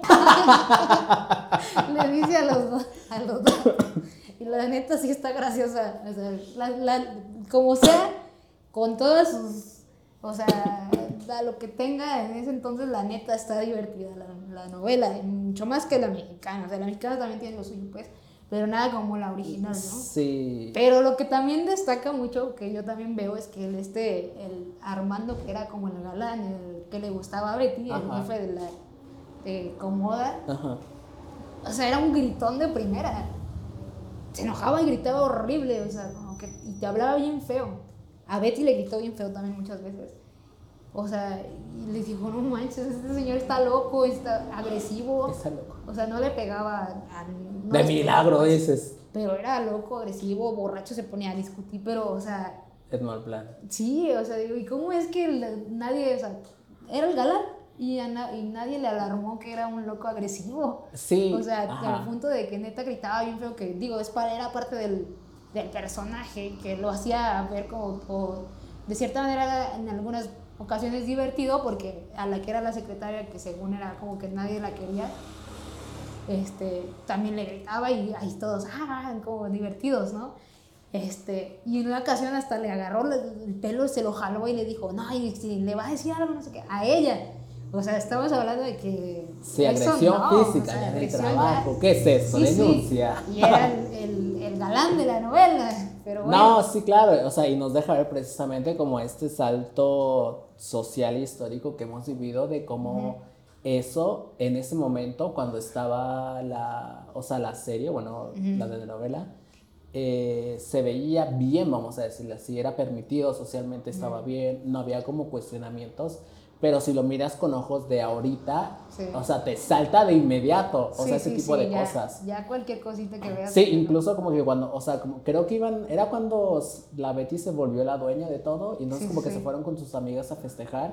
S2: Le dice a los dos, a los dos. Y la neta sí está graciosa, o sea, la, la, como sea, con todas sus, o sea, a lo que tenga en ese entonces, la neta está divertida la, la novela, mucho más que la mexicana, o sea, la mexicana también tiene lo suyo, pues, pero nada como la original, ¿no?
S3: Sí.
S2: Pero lo que también destaca mucho, que yo también veo, es que el este, el Armando, que era como el galán, el que le gustaba a Betty, Ajá. el jefe de la de Comoda, Ajá. o sea, era un gritón de primera, se enojaba y gritaba horrible, o sea, como que, y te hablaba bien feo. A Betty le gritó bien feo también muchas veces. O sea, y les dijo, no manches, este señor está loco, está agresivo.
S3: Está loco.
S2: O sea, no le pegaba a... No
S3: de milagro dices.
S2: Pero era loco, agresivo, borracho, se ponía a discutir, pero, o sea...
S3: Es mal plan.
S2: Sí, o sea, digo, ¿y cómo es que el, nadie, o sea, era el galán? Y, na, y nadie le alarmó que era un loco agresivo.
S3: Sí.
S2: O sea, Ajá. al punto de que neta gritaba bien feo, que digo, es para, era parte del, del personaje, que lo hacía ver como, o, de cierta manera, en algunas ocasiones divertido, porque a la que era la secretaria, que según era como que nadie la quería, este, también le gritaba y ahí todos, ah, como divertidos, ¿no? Este, y en una ocasión hasta le agarró el pelo, se lo jaló y le dijo, no, y si le va a decir algo, no sé qué, a ella. O sea, estamos hablando de que...
S3: Sí, agresión no, física, o sea, en el trabajo. Ya, ¿qué es eso? Sí, denuncia.
S2: Sí. Y era el, el, el galán de la novela, pero bueno.
S3: No, sí, claro, o sea, y nos deja ver precisamente como este salto social y histórico que hemos vivido de cómo uh-huh. eso, en ese momento, cuando estaba la, o sea, la serie, bueno, uh-huh. la de la novela, eh, se veía bien, vamos a decirlo así, era permitido, socialmente estaba uh-huh. bien, no había como cuestionamientos. Pero si lo miras con ojos de ahorita, sí. o sea, te salta de inmediato, o
S2: sí,
S3: sea, ese
S2: sí,
S3: tipo
S2: sí,
S3: de
S2: ya,
S3: cosas.
S2: Ya cualquier cosita que veas.
S3: Sí, incluso como que cuando, o sea, como, creo que iban, era cuando la Betty se volvió la dueña de todo, y entonces sí, como sí. que se fueron con sus amigas a festejar,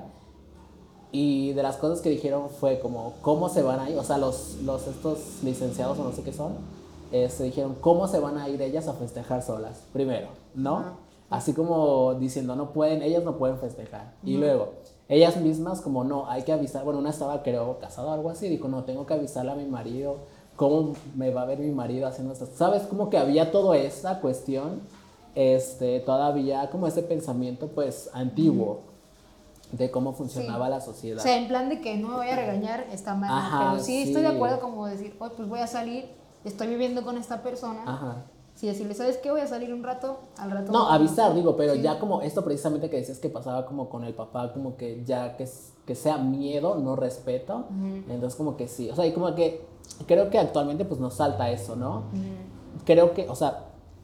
S3: y de las cosas que dijeron fue como, ¿cómo se van a ir? O sea, los, los estos licenciados o no sé qué son, eh, se dijeron, ¿cómo se van a ir ellas a festejar solas? Primero, ¿no? Uh-huh. Así como diciendo, no pueden, ellas no pueden festejar. Uh-huh. Y luego, ellas mismas como, no, hay que avisar, bueno, una estaba creo casada o algo así, dijo, no, tengo que avisarle a mi marido, ¿cómo me va a ver mi marido haciendo esto? ¿Sabes? Como que había toda esa cuestión, este, todavía como ese pensamiento pues antiguo uh-huh. de cómo funcionaba sí. la sociedad.
S2: O sea, en plan de que no me voy a regañar, está mal, Ajá, pero sí, sí estoy de acuerdo como decir, oye, pues voy a salir, estoy viviendo con esta persona. Ajá. Sí, decirle, ¿sabes qué? Voy a salir un rato, al rato...
S3: No, avisar, digo, pero sí. ya como esto precisamente que decías que pasaba como con el papá, como que ya que, que sea miedo, no respeto, uh-huh. entonces como que sí, o sea, y como que creo que actualmente pues nos salta eso, ¿no? Uh-huh. Creo que, o sea,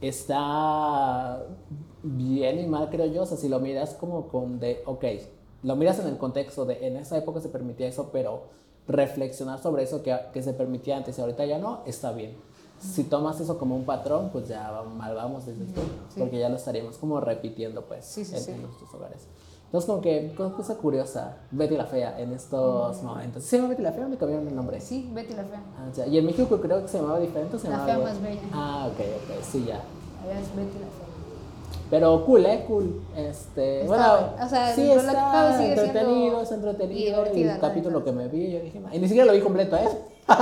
S3: está bien y mal, creo yo, o sea, si lo miras como con de, ok, lo miras en el contexto de, en esa época se permitía eso, pero reflexionar sobre eso que, que se permitía antes y ahorita ya no, está bien. Si tomas eso como un patrón, pues ya mal vamos desde esto, sí. porque ya lo estaríamos como repitiendo, pues,
S2: sí, sí,
S3: en,
S2: sí.
S3: en nuestros hogares. Entonces, como que, cosa curiosa, Betty la Fea en estos mm. momentos. ¿Se llama Betty la Fea o me cambiaron el nombre?
S2: Sí, Betty la Fea.
S3: Ah, ya. Y en México creo que se llamaba diferente, ¿o se
S2: La
S3: llamaba
S2: Fea
S3: algo?
S2: Más Bella.
S3: Ah, ok, ok, sí, ya.
S2: Allá es Betty la Fea.
S3: Pero cool, ¿eh? Cool. Este,
S2: está,
S3: bueno,
S2: o sea,
S3: sí, está
S2: la sigue
S3: entretenido, es entretenido. Y el capítulo
S2: verdad.
S3: que me vi, yo dije, y ni siquiera lo vi completo, ¿eh?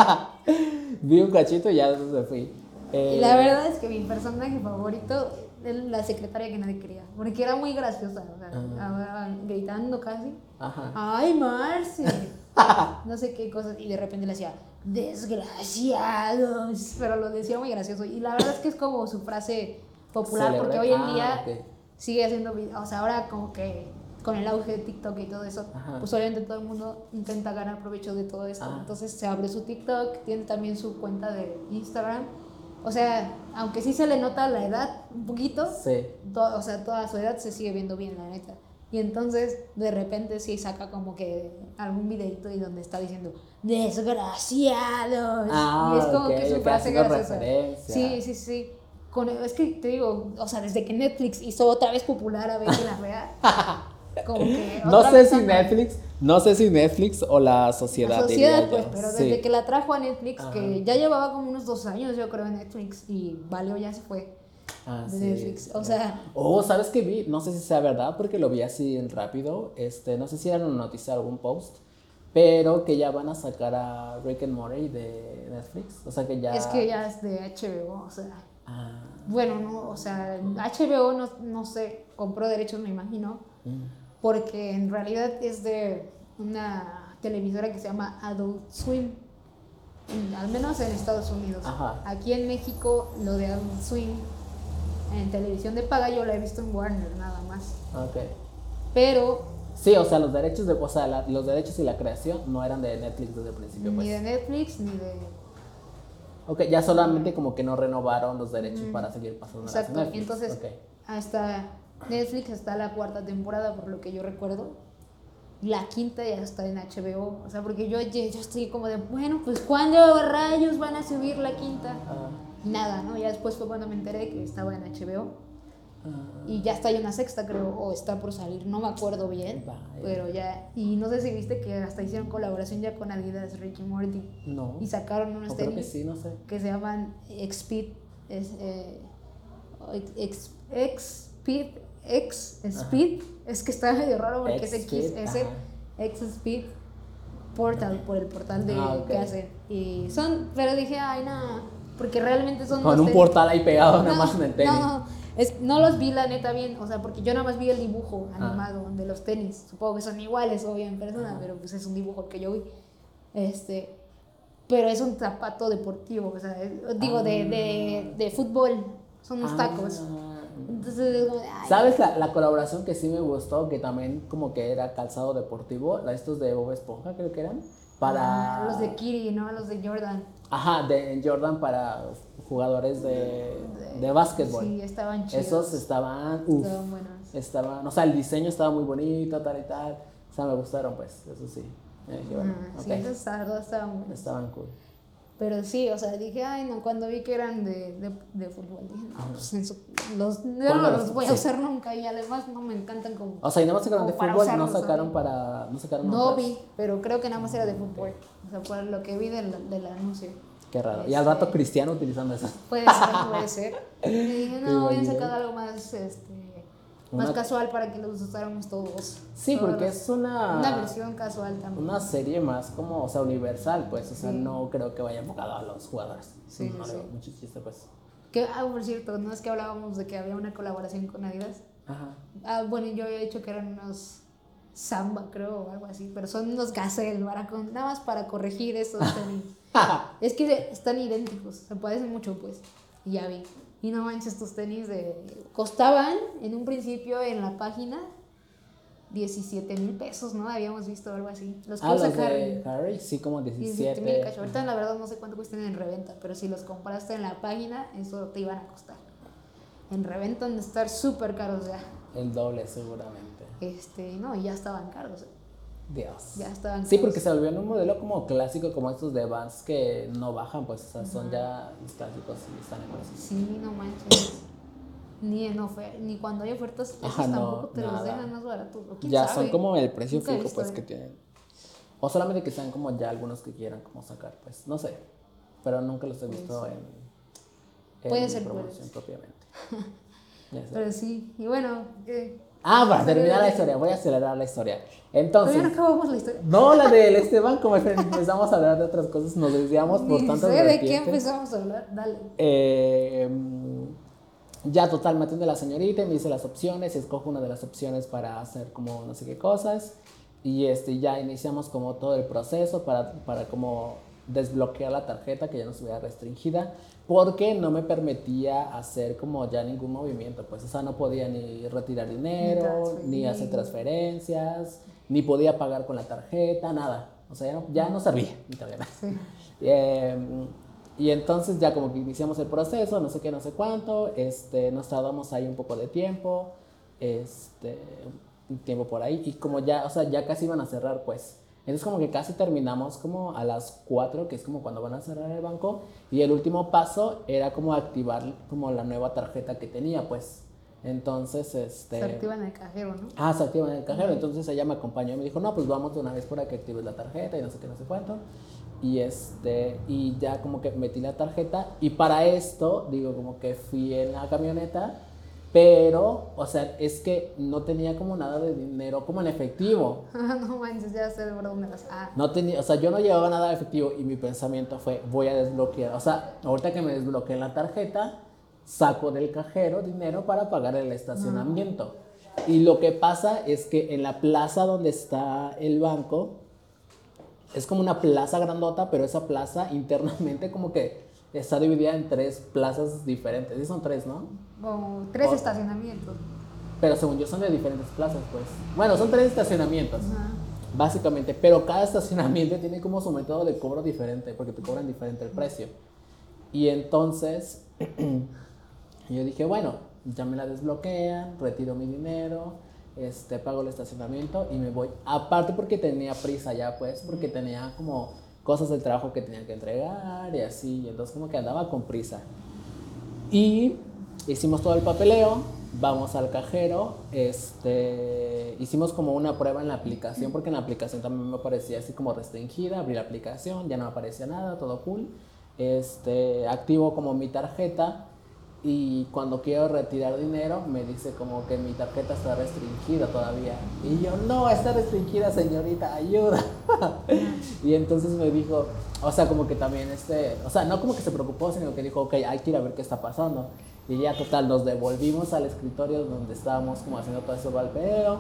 S3: Vi un cachito y ya me fui.
S2: Eh, y la verdad es que mi personaje favorito es la secretaria que nadie quería, porque era muy graciosa, o sea, uh-huh. gritando casi, Ajá. ¡ay, Marce! No sé qué cosas, y de repente le decía, ¡desgraciados! Pero lo decía muy gracioso, y la verdad es que es como su frase popular, Celebre. Porque hoy en ah, día okay. sigue haciendo, o sea, ahora como que con el auge de TikTok y todo eso, Ajá. pues obviamente todo el mundo intenta ganar provecho de todo esto, ah. entonces se abre su TikTok, tiene también su cuenta de Instagram. O sea, aunque sí se le nota la edad un poquito,
S3: sí.
S2: to- o sea, toda su edad se sigue viendo bien, la neta. Y entonces, de repente, sí saca como que algún videito y donde está diciendo ¡desgraciados!
S3: Ah,
S2: y es como
S3: okay,
S2: que su frase graciosa.
S3: Referencia.
S2: Sí, sí, sí. Con, es que te digo, o sea, desde que Netflix hizo otra vez popular a Betty la Fea, como que
S3: No
S2: otra
S3: sé
S2: vez
S3: si
S2: anda.
S3: Netflix, no sé si Netflix o la sociedad.
S2: La sociedad,
S3: diría
S2: pues,
S3: yo.
S2: pero
S3: Sí.
S2: desde que la trajo a Netflix,
S3: Ajá.
S2: que ya llevaba como unos dos años, yo creo, en Netflix, y valió, ya se fue
S3: Ah,
S2: de
S3: sí,
S2: Netflix. O
S3: sí.
S2: sea,
S3: Oh, ¿sabes qué vi? No sé si sea verdad porque lo vi así en rápido. Este, no sé si era una noticia o algún post, pero que ya van a sacar a Rick and Morty de Netflix. O sea que ya.
S2: es que ya es de H B O, o sea,
S3: Ah,
S2: bueno, no, o sea, H B O no, no sé, compró derechos, me imagino,
S3: mm,
S2: porque en realidad es de una televisora que se llama Adult Swim, en- al menos en Estados Unidos.
S3: Ajá.
S2: Aquí en México, lo de Adult Swim en televisión de paga yo la he visto en Warner nada más.
S3: ok.
S2: Pero
S3: Sí, o sea, los derechos de, o sea, la- los derechos y la creación no eran de Netflix desde el principio, pues.
S2: ni de Netflix ni de...
S3: Ok, ya solamente como que no renovaron los derechos para seguir pasando en
S2: Exacto,
S3: Netflix.
S2: entonces
S3: Ok.
S2: hasta Netflix está la cuarta temporada, por lo que yo recuerdo. La quinta ya está en H B O, o sea, porque yo, yo estoy como de, bueno, pues ¿cuándo rayos van a subir la quinta?
S3: Ah,
S2: Nada, ¿no? Ya después fue cuando me enteré que estaba en H B O.
S3: ah,
S2: Y ya está hay una sexta, creo, o está por salir, no me acuerdo bien.
S3: Vaya.
S2: Pero ya, y no sé si viste que hasta hicieron colaboración ya con Adidas, Ricky Morty.
S3: no.
S2: Y sacaron unos
S3: O creo que
S2: tenis
S3: sí, no sé.
S2: que se llaman X-Speed, es, eh, X, X-Speed, X-Speed, es que está medio raro porque es X,
S3: X-Speed,
S2: S,
S3: ajá.
S2: X-Speed Portal, por el portal de
S3: Ah, ok.
S2: que hacen. Y son, pero dije, ay, no, porque realmente son
S3: Con
S2: unos
S3: un
S2: tenis-
S3: portal ahí pegado nada
S2: no,
S3: más en el tenis.
S2: No, es, no los vi la neta bien, o sea, porque yo nada más vi el dibujo
S3: Ah.
S2: animado de los tenis. Supongo que son iguales, obvio, en persona,
S3: Ajá.
S2: pero pues es un dibujo que yo vi. Este, pero es un zapato deportivo, o sea, es- digo, de, de, de fútbol, son unos
S3: Ah.
S2: tacos. Entonces es como de, ay,
S3: ¿Sabes la, la colaboración que sí me gustó? Que también como que era calzado deportivo, la estos de Bob Esponja creo que eran, para...
S2: ah, los de Kiri, ¿no? Los de Jordan.
S3: Ajá, de Jordan para jugadores de, de básquetbol.
S2: Sí, estaban chidos.
S3: Esos estaban, uf,
S2: Estaban buenos.
S3: estaban, o sea, el diseño estaba muy bonito, tal y tal, o sea, me gustaron pues, eso sí. Eh, dije, bueno,
S2: Ah,
S3: ok,
S2: sí, esos la verdad estaban buenos.
S3: estaban cool.
S2: Pero sí, o sea, dije, ay, no, cuando vi que eran de, de, de fútbol, dije, no, pues en su- los, yo no
S3: ¿Cuándo
S2: los
S3: los-
S2: voy a
S3: sí.
S2: usar nunca y además no me encantan como...
S3: O sea, y nada más sacaron de
S2: como para
S3: fútbol, no
S2: usarlos,
S3: sacaron
S2: ¿no?
S3: para, no sacaron
S2: No
S3: otras.
S2: vi, pero creo que nada más era de fútbol, o sea, por lo que vi del, del anuncio.
S3: Qué raro. Y al
S2: Este,
S3: rato Cristiano utilizando esas.
S2: Puede ser, puede ser. Y dije, no, habían
S3: imaginas?
S2: sacado algo más, este, más
S3: Una-
S2: casual para que los usáramos todos.
S3: Sí,
S2: Todos
S3: porque
S2: los-
S3: es una...
S2: Una versión casual también.
S3: Una serie más como, o sea, universal, pues, o sea,
S2: Sí.
S3: no creo que vaya enfocado a los jugadores.
S2: Sí,
S3: no
S2: sí,
S3: le veo
S2: sí.
S3: mucho chiste, pues.
S2: Que, ah, por cierto, no es que hablábamos de que había una colaboración con Adidas.
S3: Ajá.
S2: Ah, bueno, yo había dicho que eran unos Samba, creo, o algo así, pero son unos Gazelle, para con- nada más para corregir esos tenis. Es que están idénticos, se parecen mucho, pues. Y ya vi. Y no manches, estos tenis de... costaban en un principio en la página diecisiete mil pesos, ¿no? Habíamos visto algo así. Los que
S3: Ah,
S2: usa
S3: los
S2: Harry.
S3: de Harry, sí, como
S2: diecisiete mil
S3: diecisiete.
S2: cacho. Ahorita la verdad no sé cuánto cuestan en reventa, pero si los compraste en la página, eso te iban a costar. En reventa han de estar súper caros ya.
S3: El doble, seguramente.
S2: Este, no, y ya estaban caros.
S3: Dios.
S2: Ya estaban
S3: Sí,
S2: caros.
S3: porque se volvió en un modelo como clásico, como estos de Vans que no bajan, pues, o sea, son ya los clásicos y están en precio.
S2: Sí, no manches. Ni en ofer- ni cuando hay ofertas, esos
S3: Ajá, no,
S2: tampoco te los
S3: nada.
S2: dejan más baratos. ¿O quién
S3: Ya
S2: sabe?
S3: son como el precio
S2: Nunca he
S3: fijo,
S2: visto,
S3: pues,
S2: ¿eh?
S3: que tienen. O solamente que sean como ya algunos que quieran como sacar, pues, no sé. Pero nunca los he visto en, en
S2: Puede ser,
S3: promoción
S2: puede ser.
S3: propiamente. Ya sé.
S2: Pero sí, y bueno, ¿qué?
S3: Ah, para terminar la historia, voy a acelerar la historia. Entonces,
S2: Todavía no acabamos la historia.
S3: no la del Esteban, como empezamos a hablar de otras cosas, nos desviamos por
S2: Ni
S3: tantas
S2: sé de qué
S3: vertientes.
S2: empezamos a hablar. Dale.
S3: Eh, ya total, me atiende la señorita y me dice las opciones, escojo una de las opciones para hacer como no sé qué cosas y este, ya iniciamos como todo el proceso para, para como desbloquear la tarjeta que ya no estuviera restringida porque no me permitía hacer como ya ningún movimiento, pues o sea, no podía ni retirar dinero,
S2: transferir.
S3: ni hacer transferencias, ni podía pagar con la tarjeta, nada, o sea, ya no, ya no servía mi tarjeta.
S2: Sí.
S3: Eh, y entonces ya como que iniciamos el proceso, no sé qué, no sé cuánto, este, nos tardamos ahí un poco de tiempo, este, un tiempo por ahí, y como ya, o sea, ya casi iban a cerrar, pues. Entonces como que casi terminamos como a las cuatro, que es como cuando van a cerrar el banco, y el último paso era como activar como la nueva tarjeta que tenía, pues. Entonces, este...
S2: Se activa en el cajero, ¿no?
S3: Ah, se activa en el cajero. Entonces ella me acompañó y me dijo, no, pues vamos de una vez para que actives la tarjeta y no sé qué, no sé cuánto. Y este, y ya como que metí la tarjeta. Y para esto, digo, como que fui en la camioneta. Pero, o sea, es que no tenía como nada de dinero como en efectivo.
S2: No manches, ya sé por dónde vas. Ah,
S3: No tenía, o sea, yo no llevaba nada de efectivo y mi pensamiento fue, voy a desbloquear. O sea, ahorita que me desbloqueé la tarjeta, saco del cajero dinero para pagar el estacionamiento. Y lo que pasa es que en la plaza donde está el banco, es como una plaza grandota, pero esa plaza internamente como que está dividida en tres plazas diferentes. Sí son tres, ¿no?
S2: como tres
S3: O-
S2: estacionamientos.
S3: Pero según yo son de diferentes plazas, pues. Bueno, son tres estacionamientos,
S2: Ajá.
S3: básicamente. Pero cada estacionamiento tiene como su método de cobro diferente, porque te cobran diferente el precio. Y entonces, yo dije, bueno, ya me la desbloquean, retiro mi dinero, este, pago el estacionamiento y me voy. Aparte porque tenía prisa ya, pues, porque tenía como cosas del trabajo que tenía que entregar y así. Y entonces como que andaba con prisa. Y hicimos todo el papeleo, vamos al cajero, este, hicimos como una prueba en la aplicación, porque en la aplicación también me aparecía así como restringida, abrí la aplicación, ya no me aparecía nada, todo cool. Este, activo como mi tarjeta y cuando quiero retirar dinero me dice como que mi tarjeta está restringida todavía. Y yo, no, está restringida, señorita, ayuda. Y entonces me dijo, o sea, como que también este, o sea, no como que se preocupó, sino que dijo, ok, hay que ir a ver qué está pasando. Y ya total, nos devolvimos al escritorio donde estábamos como haciendo todo ese palpeo.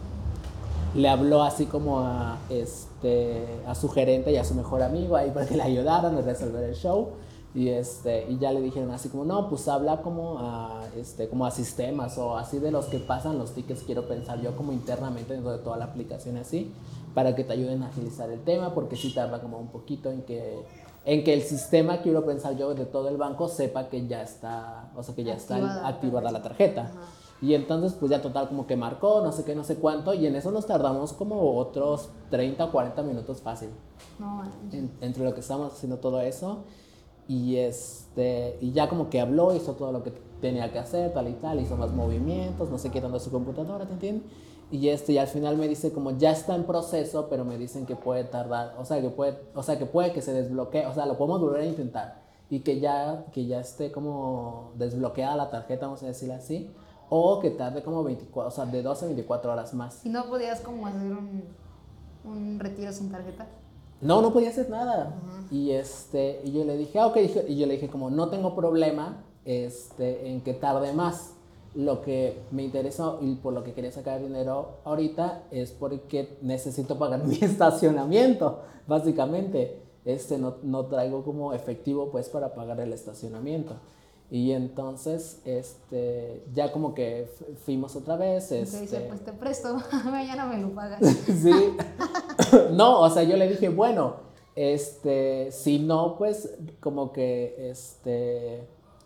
S3: Le habló así como a, este, a su gerente y a su mejor amigo ahí para que le ayudaran a resolver el show. Y, este, y ya le dijeron así como, no, pues habla como a, este, como a sistemas o así de los que pasan los tickets, quiero pensar yo como internamente dentro de toda la aplicación así, para que te ayuden a agilizar el tema, porque sí tarda como un poquito en que, en que el sistema, quiero pensar yo, de todo el banco sepa que ya está, o sea, que ya
S2: Activada
S3: está
S2: la
S3: activada la
S2: tarjeta.
S3: tarjeta.
S2: Ajá.
S3: Y entonces pues ya total como que marcó, no sé qué, no sé cuánto, y en eso nos tardamos como otros treinta o cuarenta minutos fácil,
S2: No manches.
S3: en- entre lo que estábamos haciendo todo eso. Y, este, y ya como que habló, hizo todo lo que tenía que hacer, tal y tal, hizo más movimientos, no sé qué, dando su computadora, ¿te entiendes? Y, este, y al final me dice como ya está en proceso, pero me dicen que puede tardar, o sea, que puede, o sea, que puede que se desbloquee, o sea, lo podemos volver a intentar. Y que ya, que ya esté como desbloqueada la tarjeta, vamos a decirlo así, o que tarde como veinticuatro, o sea, de doce a veinticuatro horas más.
S2: ¿Y no podías como hacer un, un retiro sin tarjeta?
S3: No, no podía hacer nada. Y este, y yo le dije, ah, ok, y yo le dije como no tengo problema, este, en que tarde más. Lo que me interesa y por lo que quería sacar dinero ahorita es porque necesito pagar mi estacionamiento, básicamente. Este, no, no traigo como efectivo pues para pagar el estacionamiento. Y entonces, este, ya como que fu- fuimos otra vez,
S2: Y te
S3: este...
S2: dice, pues te presto, mañana me lo pagas.
S3: Sí. No, o sea, yo le dije, bueno, este, si no, pues como que, este,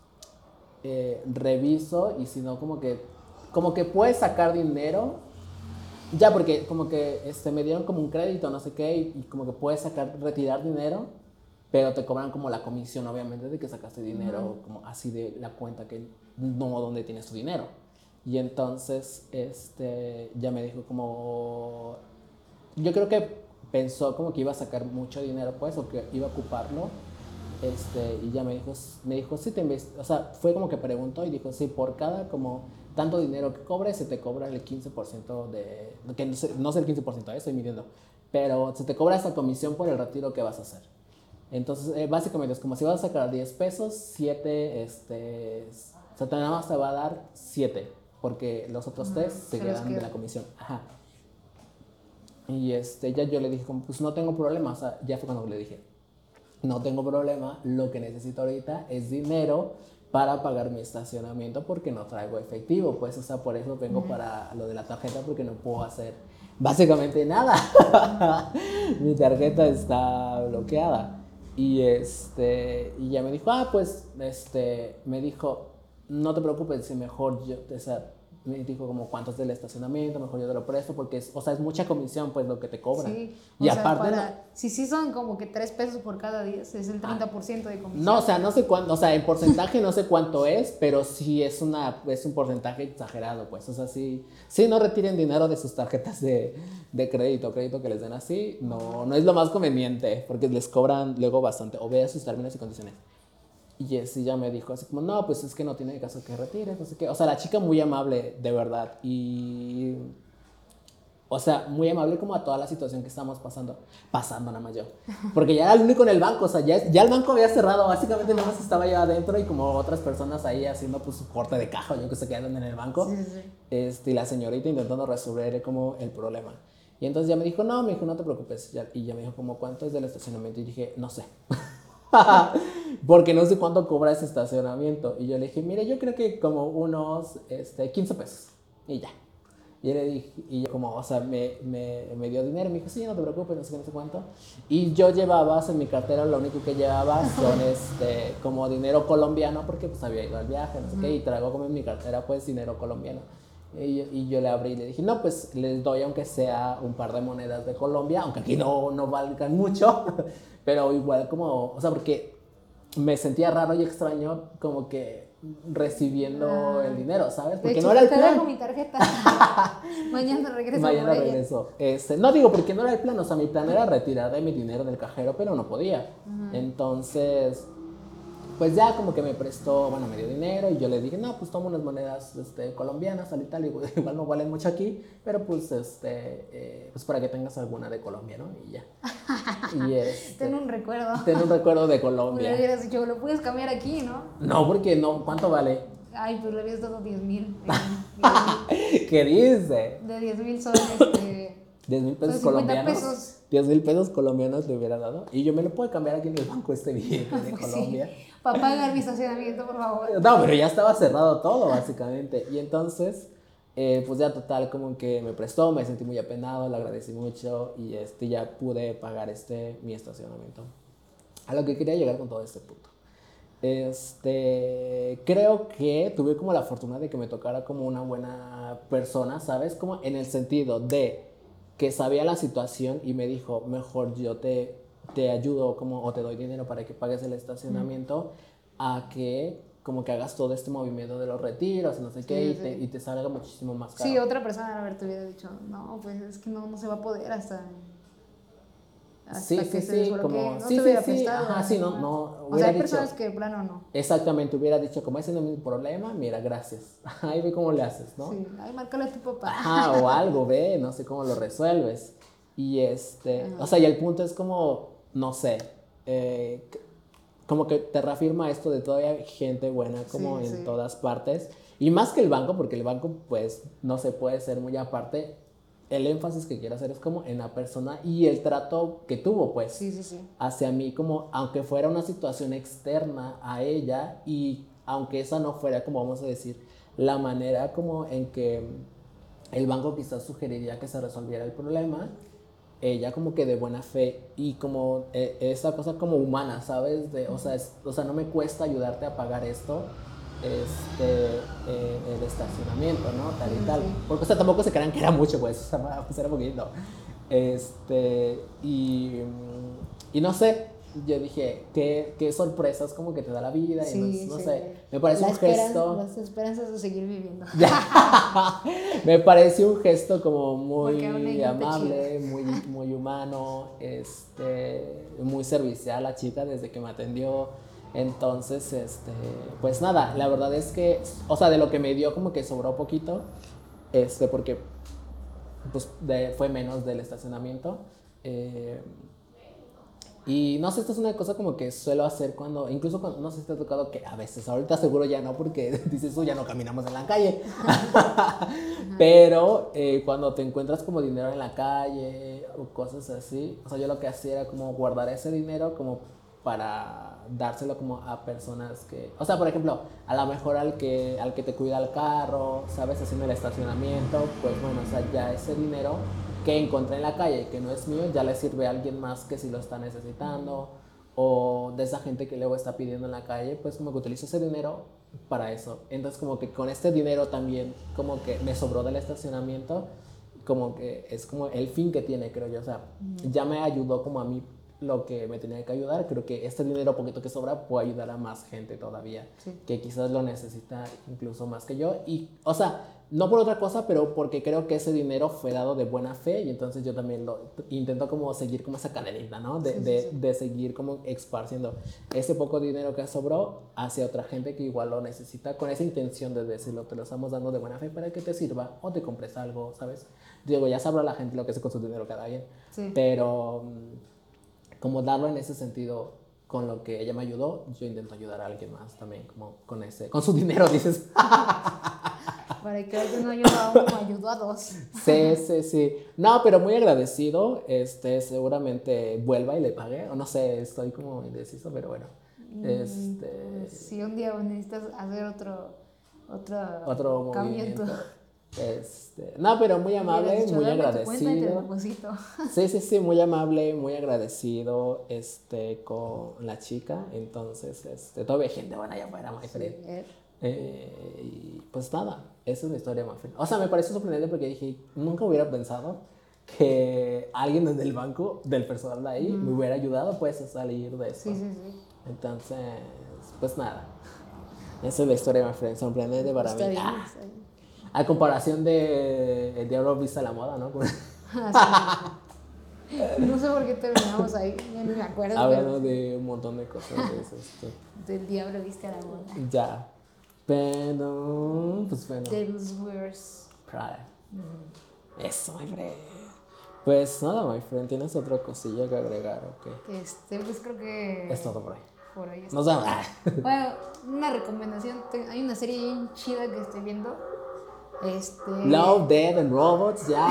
S3: eh, reviso y si no, como que, como que puedes sacar dinero, ya porque como que, este, me dieron como un crédito, no sé qué, y, y como que puedes sacar, retirar dinero, pero te cobran como la comisión, obviamente, de que sacaste dinero, como así de la cuenta que no donde tienes tu dinero. Y entonces, este, ya me dijo como, yo creo que pensó como que iba a sacar mucho dinero, pues, o que iba a ocuparlo. Este, y ya me dijo, me dijo, sí te inves-", o sea, fue como que preguntó y dijo, sí, por cada como tanto dinero que cobres, se te cobra el quince por ciento de, que no sé, no sé el quince por ciento, eh, estoy midiendo, pero se te cobra esta comisión por el retiro que vas a hacer. Entonces, eh, básicamente es como si vas a sacar diez pesos, siete, este, o sea, nada más te va a dar siete, porque los otros tres se
S2: se los
S3: quedan de
S2: queda.
S3: la comisión. Ajá. Y este, ya yo le dije, como, pues no tengo problema, o sea, ya fue cuando le dije, no tengo problema, lo que necesito ahorita es dinero para pagar mi estacionamiento porque no traigo efectivo, pues, o sea, por eso vengo para lo de la tarjeta porque no puedo hacer básicamente nada. Mi tarjeta está bloqueada. Y este, y ya me dijo, ah, pues, este, me dijo, no te preocupes, si mejor yo, o sea, me dijo como cuánto es del estacionamiento, mejor yo te lo presto, porque es, o sea, es mucha comisión pues lo que te cobran.
S2: Sí,
S3: y
S2: o sea,
S3: aparte...
S2: para,
S3: no,
S2: si sí son como que tres pesos por cada diez, es el treinta por ciento de comisión.
S3: no, o sea, no sé cuánto, o sea, en porcentaje no sé cuánto es, pero sí es, una, es un porcentaje exagerado, pues, o sea, sí, sí no retiren dinero de sus tarjetas de, de crédito, crédito que les den así, no, no es lo más conveniente, porque les cobran luego bastante, o vea sus términos y condiciones. Y sí ya me dijo así como, no, pues es que no tiene caso que retires, no sé qué. O sea, la chica muy amable, de verdad. Y, o sea, muy amable como a toda la situación que estamos pasando. Pasando nada más yo. Porque ya era el único en el banco, o sea, ya, ya el banco había cerrado. Básicamente nada más estaba yo adentro y como otras personas ahí haciendo pues su corte de caja, yo que se quedaron en el banco.
S2: Sí, sí.
S3: Este, y la señorita intentando resolver como el problema. Y entonces ya me dijo, no, me dijo, no te preocupes. Y ya me dijo como, ¿cuánto es del estacionamiento? Y dije, no sé. Porque no sé cuánto cobra ese estacionamiento. Y yo le dije, mire, yo creo que como unos este, quince pesos. Y ya. Y le dije, y yo como, o sea, me, me, me dio dinero. Me dijo, sí, no te preocupes, no sé qué, no sé cuánto. Y yo llevaba, o sea, en mi cartera lo único que llevaba son este, como dinero colombiano, porque pues había ido al viaje, no sé uh-huh. qué. Y traigo como en mi cartera pues dinero colombiano. Y yo, y yo le abrí y le dije, no, pues les doy aunque sea un par de monedas de Colombia, aunque aquí no, no valgan mucho. Pero igual como, o sea, porque me sentía raro y extraño como que recibiendo ah, el dinero, ¿sabes? Porque
S2: de hecho,
S3: no era el
S2: te
S3: plan.
S2: dejo mi tarjeta. Mañana regreso.
S3: Mañana regreso. Este, no digo porque no era el plan, o sea, mi plan era retirar de mi dinero del cajero, pero no podía. Uh-huh. Entonces, pues ya como que me prestó, bueno, me dio dinero y yo le dije, no, pues tomo unas monedas este, colombianas, tal y tal, igual, igual no valen mucho aquí, pero pues, este, eh, pues para que tengas alguna de Colombia, ¿no? Y ya. Y este,
S2: ten un recuerdo.
S3: Ten un recuerdo de Colombia.
S2: Le hubieras dicho, lo puedes cambiar aquí, ¿no?
S3: No, porque no, ¿cuánto vale?
S2: Ay, pues le habías dado diez mil.
S3: ¿Qué dice?
S2: De diez mil son este...
S3: diez mil pesos colombianos. Pesos. diez mil pesos colombianos le hubiera dado. Y yo me lo puedo cambiar aquí en el banco este billete de Colombia.
S2: Sí. Para pagar mi estacionamiento, por favor.
S3: No, pero ya estaba cerrado todo, básicamente. Y entonces, eh, pues ya total, como que me prestó, me sentí muy apenado, le agradecí mucho y este, ya pude pagar este, mi estacionamiento. A lo que quería llegar con todo este punto. Este, creo que tuve como la fortuna de que me tocara como una buena persona, ¿sabes? Como en el sentido de que sabía la situación y me dijo, mejor yo te, te ayudo como, o te doy dinero para que pagues el estacionamiento, mm. a que como que hagas todo este movimiento de los retiros y no sé sí, qué, sí. Y, te, y te salga muchísimo más caro.
S2: Sí, otra persona a ver, te hubiera dicho, no, pues es que no, no se va a poder hasta... Hasta
S3: sí,
S2: que
S3: sí,
S2: se
S3: sí,
S2: como,
S3: no
S2: sí,
S3: sí,
S2: sí,
S3: sí,
S2: prestado,
S3: ajá, sí, no, no.
S2: O sea, hay
S3: dicho,
S2: personas que, plano, no.
S3: Exactamente, hubiera dicho, como ese no es mi problema, mira, gracias. Ahí ve cómo le haces, ¿no?
S2: Sí, ay, márcale a tu papá.
S3: Ajá, o algo, ve, no sé cómo lo resuelves. Y este, ajá. O sea, y el punto es como, no sé, eh, como que te reafirma esto de todavía hay gente buena como sí, en sí. todas partes. Y más que el banco, porque el banco, pues, no se puede ser muy aparte. El énfasis que quiero hacer es como en la persona y el trato que tuvo, pues,
S2: sí, sí, sí.
S3: hacia mí, como aunque fuera una situación externa a ella y aunque esa no fuera, como vamos a decir, la manera como en que el banco quizás sugeriría que se resolviera el problema, ella como que de buena fe y como eh, esa cosa como humana, ¿sabes? De, o sea, es, o sea, no me cuesta ayudarte a pagar esto, este, eh, el estacionamiento, ¿no? Tal y tal. Porque, o sea, tampoco se crean que era mucho, pues, o sea, pues era poquito. Este, y, y no sé, yo dije, qué, qué sorpresas como que te da la vida, sí, y no, no sí. sé, me parece la un gesto...
S2: Las esperanzas de seguir viviendo.
S3: Me pareció un gesto como muy amable, muy, muy humano, este, muy servicial la chica desde que me atendió. Entonces, este, pues nada, la verdad es que, o sea, de lo que me dio como que sobró poquito, este, porque pues de, fue menos del estacionamiento. Eh, y no sé, esto es una cosa como que suelo hacer cuando, incluso cuando, no sé si te ha tocado que a veces, ahorita seguro ya no, porque dices, uy, ya no caminamos en la calle. Pero eh, cuando te encuentras como dinero en la calle o cosas así, o sea, yo lo que hacía era como guardar ese dinero como para dárselo como a personas que, o sea, por ejemplo, a lo mejor al que, al que te cuida el carro, ¿sabes? Haciendo el estacionamiento, pues bueno, o sea, ya ese dinero que encontré en la calle, que no es mío, ya le sirve a alguien más que si lo está necesitando, o de esa gente que luego está pidiendo en la calle, pues como que utilizo ese dinero para eso. Entonces como que con este dinero también como que me sobró del estacionamiento, como que es como el fin que tiene, creo yo. O sea, mm. ya me ayudó como a mí lo que me tenía que ayudar. Creo que este dinero poquito que sobra puede ayudar a más gente todavía, sí. que quizás lo necesita incluso más que yo. Y, o sea, no por otra cosa, pero porque creo que ese dinero fue dado de buena fe y entonces yo también lo intento como seguir como esa cadenita, ¿no? De, sí, de, sí, sí. de seguir como esparciendo ese poco dinero que sobró hacia otra gente que igual lo necesita, con esa intención de decirlo, te lo estamos dando de buena fe para que te sirva o te compres algo, ¿sabes? Digo, ya sabrá la gente lo que hace con su dinero cada quien, sí. pero como darlo en ese sentido, con lo que ella me ayudó, yo intento ayudar a alguien más también, como con ese, con su dinero, dices.
S2: Para que alguien no ayudó a uno, ayudó a dos.
S3: Sí, sí, sí. No, pero muy agradecido, este, seguramente vuelva y le pague, o no sé, estoy como indeciso, pero bueno. Este...
S2: Si un día necesitas hacer otro, otro,
S3: otro
S2: cambio
S3: movimiento.
S2: en tu...
S3: Este, no, pero muy amable, dicho, muy agradecido. Sí, sí, sí, muy amable, muy agradecido este, con la chica. Entonces, este, todavía hay gente buena allá afuera, my friend. Sí, eh. Eh, y pues nada, esa es la historia, my friend. O sea, me pareció sorprendente porque dije, nunca hubiera pensado que alguien desde el banco, del personal de ahí, mm. me hubiera ayudado pues a salir de eso.
S2: Sí, sí, sí.
S3: Entonces, pues nada, esa es la historia, my friend, sorprendente para
S2: está
S3: mí.
S2: Bien,
S3: ah.
S2: está bien.
S3: A comparación de El Diablo Viste a la Moda, ¿no?
S2: Ah, sí. No sé por qué terminamos ahí, no me acuerdo.
S3: Hablando pero... de un montón de cosas. De eso, esto.
S2: Del Diablo Viste a la Moda.
S3: Ya. Pero, pues bueno.
S2: Devil's Wears
S3: Prada. Mm. Eso, my friend. Pues nada, my friend, ¿tienes otra cosilla que agregar o qué?
S2: Este, pues creo que...
S3: Es todo por ahí.
S2: Por ahí
S3: Nos vemos.
S2: Bueno, una recomendación, hay una serie bien chida que estoy viendo. Este...
S3: Love, Death and Robots, ya.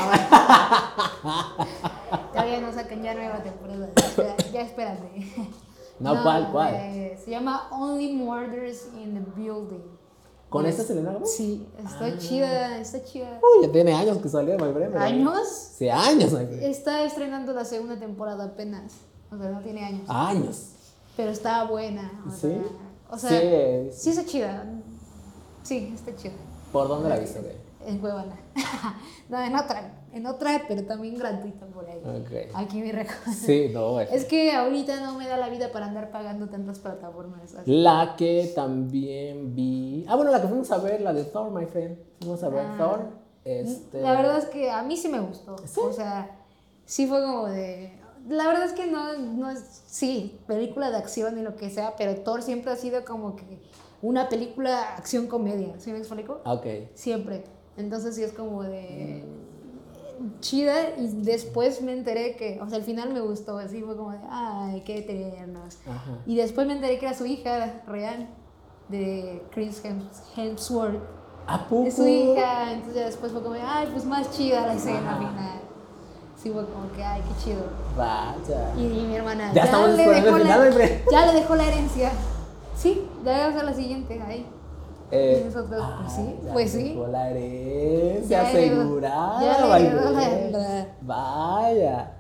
S2: Todavía no sacan ya nueva temporada. Ya, ya espérate.
S3: No, no ¿cuál? ¿Cuál?
S2: Eh, se llama Only Murders in the Building.
S3: ¿Con esta Selena Gomez?
S2: Sí, está ah. chida, está chida.
S3: Uy, ya tiene años que salió, my friend.
S2: ¿Años?
S3: Sí, años, my friend.
S2: Está estrenando la segunda temporada apenas. O sea, no tiene años.
S3: Años.
S2: Pero está buena. O
S3: ¿Sí?
S2: Sea, o sea,
S3: sí.
S2: Sí está chida. Sí, está chida.
S3: ¿Por dónde la viste, güey?
S2: En Cuevana. No, en otra, en otra, pero también gratuita por ahí.
S3: Okay.
S2: Aquí mi recomendación.
S3: Sí, no, güey.
S2: Es que ahorita no me da la vida para andar pagando tantas plataformas. Así.
S3: La que también vi. Ah, bueno, la que fuimos a ver, la de Thor, my friend. Fuimos a ver ah, Thor. Este...
S2: La verdad es que a mí sí me gustó. ¿Sí? O sea, sí fue como de. La verdad es que no, no es. Sí, película de acción y lo que sea, pero Thor siempre ha sido como que una película acción-comedia. ¿Sí me explico?
S3: Ok.
S2: Siempre. Entonces sí es como de chida y después me enteré que, o sea, al final me gustó, así fue como de, ay, qué tiernos. Ajá. Y después me enteré que era su hija real, de Chris Hemsworth.
S3: ¿A poco?
S2: Es su hija, entonces ya después fue como de, ay, pues más chida la escena Ajá. final. Sí fue como que, ay, qué chido.
S3: Vaya.
S2: Y, y mi hermana,
S3: ya,
S2: ya,
S3: le
S2: dejó
S3: el
S2: la,
S3: final,
S2: ya le dejó la herencia. Sí, ya vamos a la siguiente, ahí.
S3: Eh,
S2: y nosotros,
S3: ah,
S2: pues sí, pues sí.
S3: La herencia asegurada.
S2: Ya heredó la, la...
S3: Vaya.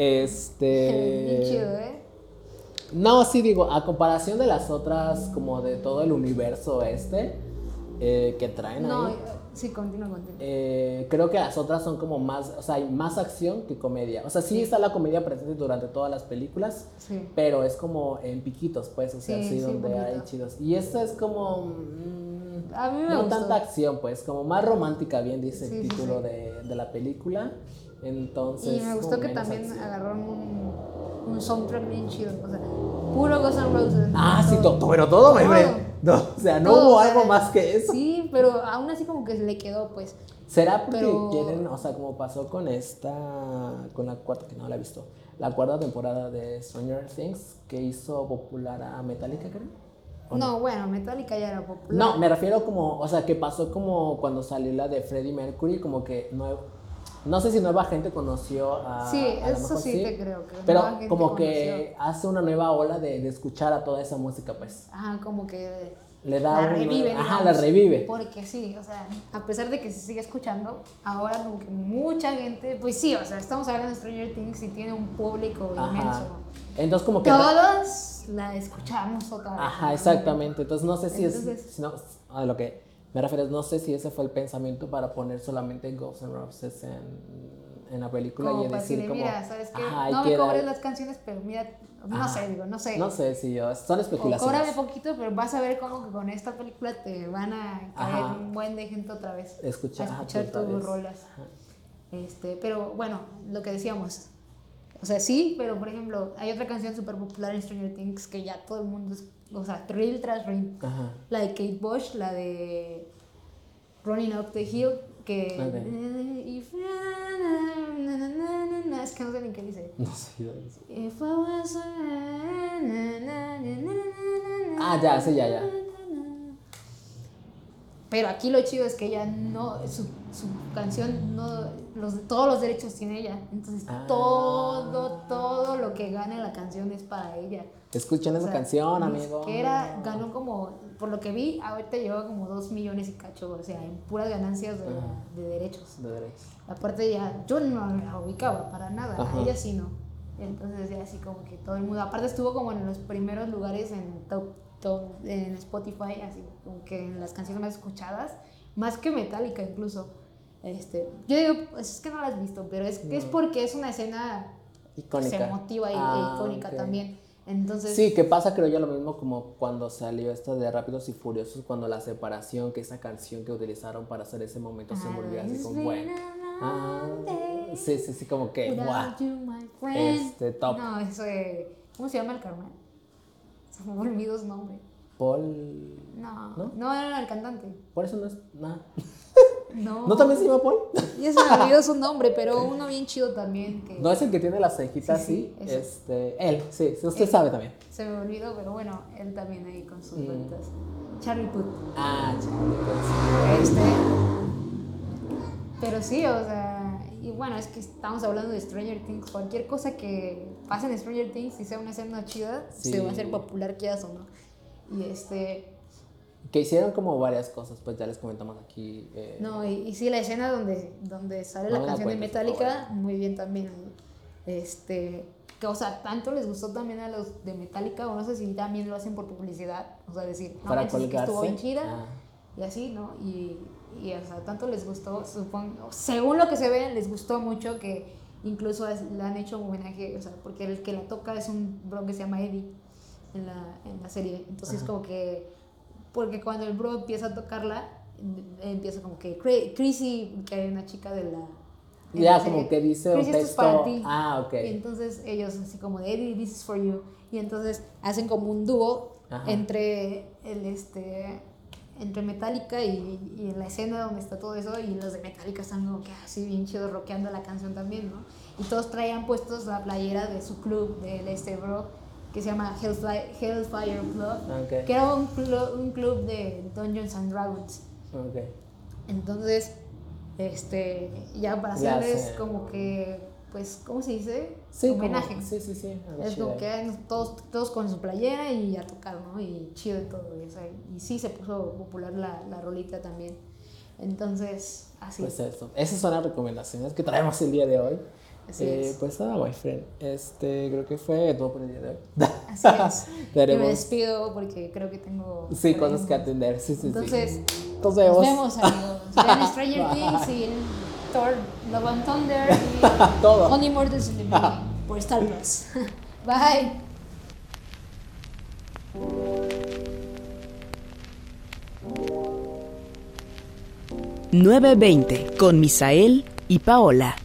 S3: Este.
S2: Bien chido, ¿eh?
S3: No, sí, digo, a comparación de las otras, como de todo el universo este eh, que traen
S2: no,
S3: ahí.
S2: Sí, continúa, continúa.
S3: Eh, creo que las otras son como más, o sea, hay más acción que comedia. O sea, sí, sí. está la comedia presente durante todas las películas, sí. pero es como en piquitos, pues, o sea, sí, sí donde sí, hay chidos. Y esta es como. Mmm,
S2: a mí me
S3: no
S2: gustó.
S3: tanta acción, pues, como más romántica, bien dice sí, el título sí, sí. De, de la película. Entonces.
S2: Y me gustó que también acción. Agarraron un, un soundtrack bien chido, o sea, puro Guns N' Roses.
S3: Ah, sí, todo, pero todo, me todo. No, o sea, no todo, hubo o sea, algo más que eso.
S2: Sí, pero aún así como que se le quedó, pues.
S3: ¿Será porque
S2: pero...
S3: quieren, o sea, como pasó con esta, con la cuarta, que no la he visto, la cuarta temporada de Stranger Things, que hizo popular a Metallica, creo?
S2: No, no, bueno, Metallica ya era popular.
S3: No, me refiero como, o sea, que pasó como cuando salió la de Freddie Mercury, como que no, no sé si nueva gente conoció a.
S2: Sí,
S3: a
S2: eso sí,
S3: sí
S2: te creo. Que
S3: pero como que conoció. Hace una nueva ola de, de escuchar a toda esa música, pues.
S2: Ajá, como que
S3: le da
S2: la
S3: un...
S2: revive.
S3: Ajá,
S2: digamos,
S3: la revive.
S2: Porque sí, o sea, a pesar de que se sigue escuchando, ahora como que mucha gente, pues sí, o sea, estamos hablando de Stranger Things y tiene un público
S3: Ajá.
S2: inmenso.
S3: Entonces como que...
S2: Todos la escuchamos otra vez.
S3: Ajá, exactamente. Entonces no sé si
S2: Entonces-
S3: es... si no, a lo que me refiero, no sé si ese fue el pensamiento para poner solamente Guns N' Roses en, en la película
S2: Como
S3: y
S2: para
S3: decir
S2: decirle,
S3: como...
S2: mira, ¿sabes qué?
S3: ajá, hay
S2: No me
S3: que dar-
S2: cobres las canciones, pero mira, no
S3: Ajá.
S2: sé, digo, no sé.
S3: No sé si yo... Son
S2: O
S3: especulaciones.
S2: cóbrame poquito, pero vas a ver cómo que con esta película te van a caer
S3: Ajá.
S2: un buen de gente otra vez
S3: Escucha-
S2: a escuchar
S3: ajá, otra
S2: tus
S3: vez.
S2: rolas.
S3: Ajá.
S2: Este, pero bueno, lo que decíamos. O sea, sí, pero por ejemplo, hay otra canción súper popular en Stranger Things que ya todo el mundo es, o sea, reel tras reel.
S3: Ajá.
S2: La de Kate Bush, la de Running Up the Hill, que...
S3: Ok.
S2: If- na, na, na, na, na, es que no sé ni qué dice.
S3: No sé. yo-
S2: If I was a- na, na, na, na, na, na,
S3: Ah, ya, sí, ya, ya.
S2: Pero aquí lo chido es que ella no, su, su canción, no, los, todos los derechos tiene ella. Entonces
S3: Ah.
S2: todo, todo lo que gane la canción es para ella.
S3: Escuchen
S2: O
S3: esa
S2: sea,
S3: canción,
S2: ni
S3: amigo.
S2: siquiera ganó como, por lo que vi, ahorita lleva como dos millones y cacho, o sea, en puras ganancias de,
S3: Ajá.
S2: de derechos.
S3: De derechos.
S2: Aparte ya, yo no la ubicaba para nada,
S3: Ajá.
S2: ella sí no. Entonces ya así como que todo el mundo, aparte estuvo como en los primeros lugares en top, top en Spotify, así como que en las canciones más escuchadas, más que Metallica incluso. Este, yo digo, pues es que no la has visto, pero es, es
S3: No.
S2: porque es una escena
S3: Icónica.
S2: se emotiva y
S3: Ah,
S2: e icónica
S3: ok.
S2: también. Entonces,
S3: Sí, que pasa creo yo lo mismo como cuando salió esto de Rápidos y Furiosos, cuando la separación, que esa canción que utilizaron para hacer ese momento se
S2: Ah,
S3: volvió así
S2: it's
S3: como
S2: been
S3: bueno.
S2: a
S3: Ah,
S2: long day
S3: sí, sí, sí, como que
S2: without
S3: guau.
S2: you, my friend.
S3: Este, top.
S2: No, eso de, ¿cómo se llama el carnal? Se me olvidó su nombre.
S3: Paul.
S2: No,
S3: ¿No?
S2: no, era el cantante.
S3: Por eso no es nada.
S2: No.
S3: ¿No también se llama Paul?
S2: Ya se me olvidó su nombre, pero uno bien chido también. Que
S3: No es el que tiene las cejitas
S2: Sí,
S3: así.
S2: sí, ese.
S3: Este, él, sí, sí, usted
S2: Él.
S3: sabe también.
S2: Se me olvidó, pero bueno, él también ahí con sus
S3: Mm.
S2: rolitas. Charlie Puth.
S3: Ah, chale, pues.
S2: Este. Pero sí, o sea, y bueno, es que estamos hablando de Stranger Things. Cualquier cosa que pase en Stranger Things y sea una escena chida,
S3: Sí.
S2: se va a hacer popular, quieras o no. Y este.
S3: Que hicieron como varias cosas, pues ya les comentamos aquí. eh,
S2: No, y, y sí, la escena donde, donde sale
S3: No
S2: la
S3: me la
S2: canción de
S3: cuentes, por
S2: Metallica, muy bien también. Este, que, o sea, tanto les gustó también a los de Metallica, o no sé si también lo hacen por publicidad, o sea, decir, no,
S3: Para
S2: manches, que estuvo
S3: colgarse.
S2: bien chida,
S3: Ah.
S2: y así, ¿no? Y, y, o sea, tanto les gustó, supongo, según lo que se ve, les gustó mucho que incluso es- le han hecho un homenaje, o sea, porque el que la toca es un bro que se llama Eddie en la, en la serie, entonces
S3: Ajá.
S2: como que, porque cuando el bro empieza a tocarla, em- empieza como que Cra- Chrissy, que hay una chica de la... en
S3: Ya,
S2: la serie,
S3: como que dice un
S2: Chrissy, esto es
S3: texto.
S2: para ti.
S3: Ah, ok.
S2: Y entonces ellos así como de Eddie, this is for you. Y entonces hacen como un dúo
S3: Ajá.
S2: entre el este entre Metallica y, y en la escena donde está todo eso, y los de Metallica están como que así bien chidos rockeando la canción también, ¿no? Y todos traían puestos la playera de su club, de este bro, que se llama Hellfire, Hellfire Club,
S3: Ok.
S2: que era un club, un club de Dungeons and Dragons.
S3: Ok.
S2: Entonces, este, ya para
S3: Le
S2: hacerles
S3: hacen-
S2: como que, pues, ¿cómo se dice?
S3: Sí, como-
S2: Homenaje.
S3: sí, sí, sí. algo
S2: Es como
S3: chido.
S2: que ay, todos, todos con su playera y a tocar, ¿no? Y chido y todo. Y, o sea, y sí se puso popular la, la rolita también. Entonces, así.
S3: Pues eso. Esas son las recomendaciones que traemos el día de hoy.
S2: Así
S3: Eh,
S2: es.
S3: Pues nada, my friend. Este, creo que fue todo por el día de hoy.
S2: Así es. Y me
S3: Tenemos-
S2: despido porque creo que tengo.
S3: Sí,
S2: por ahí
S3: cosas
S2: un-
S3: que atender. Sí, sí,
S2: Entonces,
S3: sí. Nos vemos.
S2: nos vemos, amigos. Vean Stranger Things y el Thor, Love and Thunder y
S3: Todo.
S2: Only Murders in the Building por Star Plus. Bye.
S1: nueve veinte con Misael y Paola.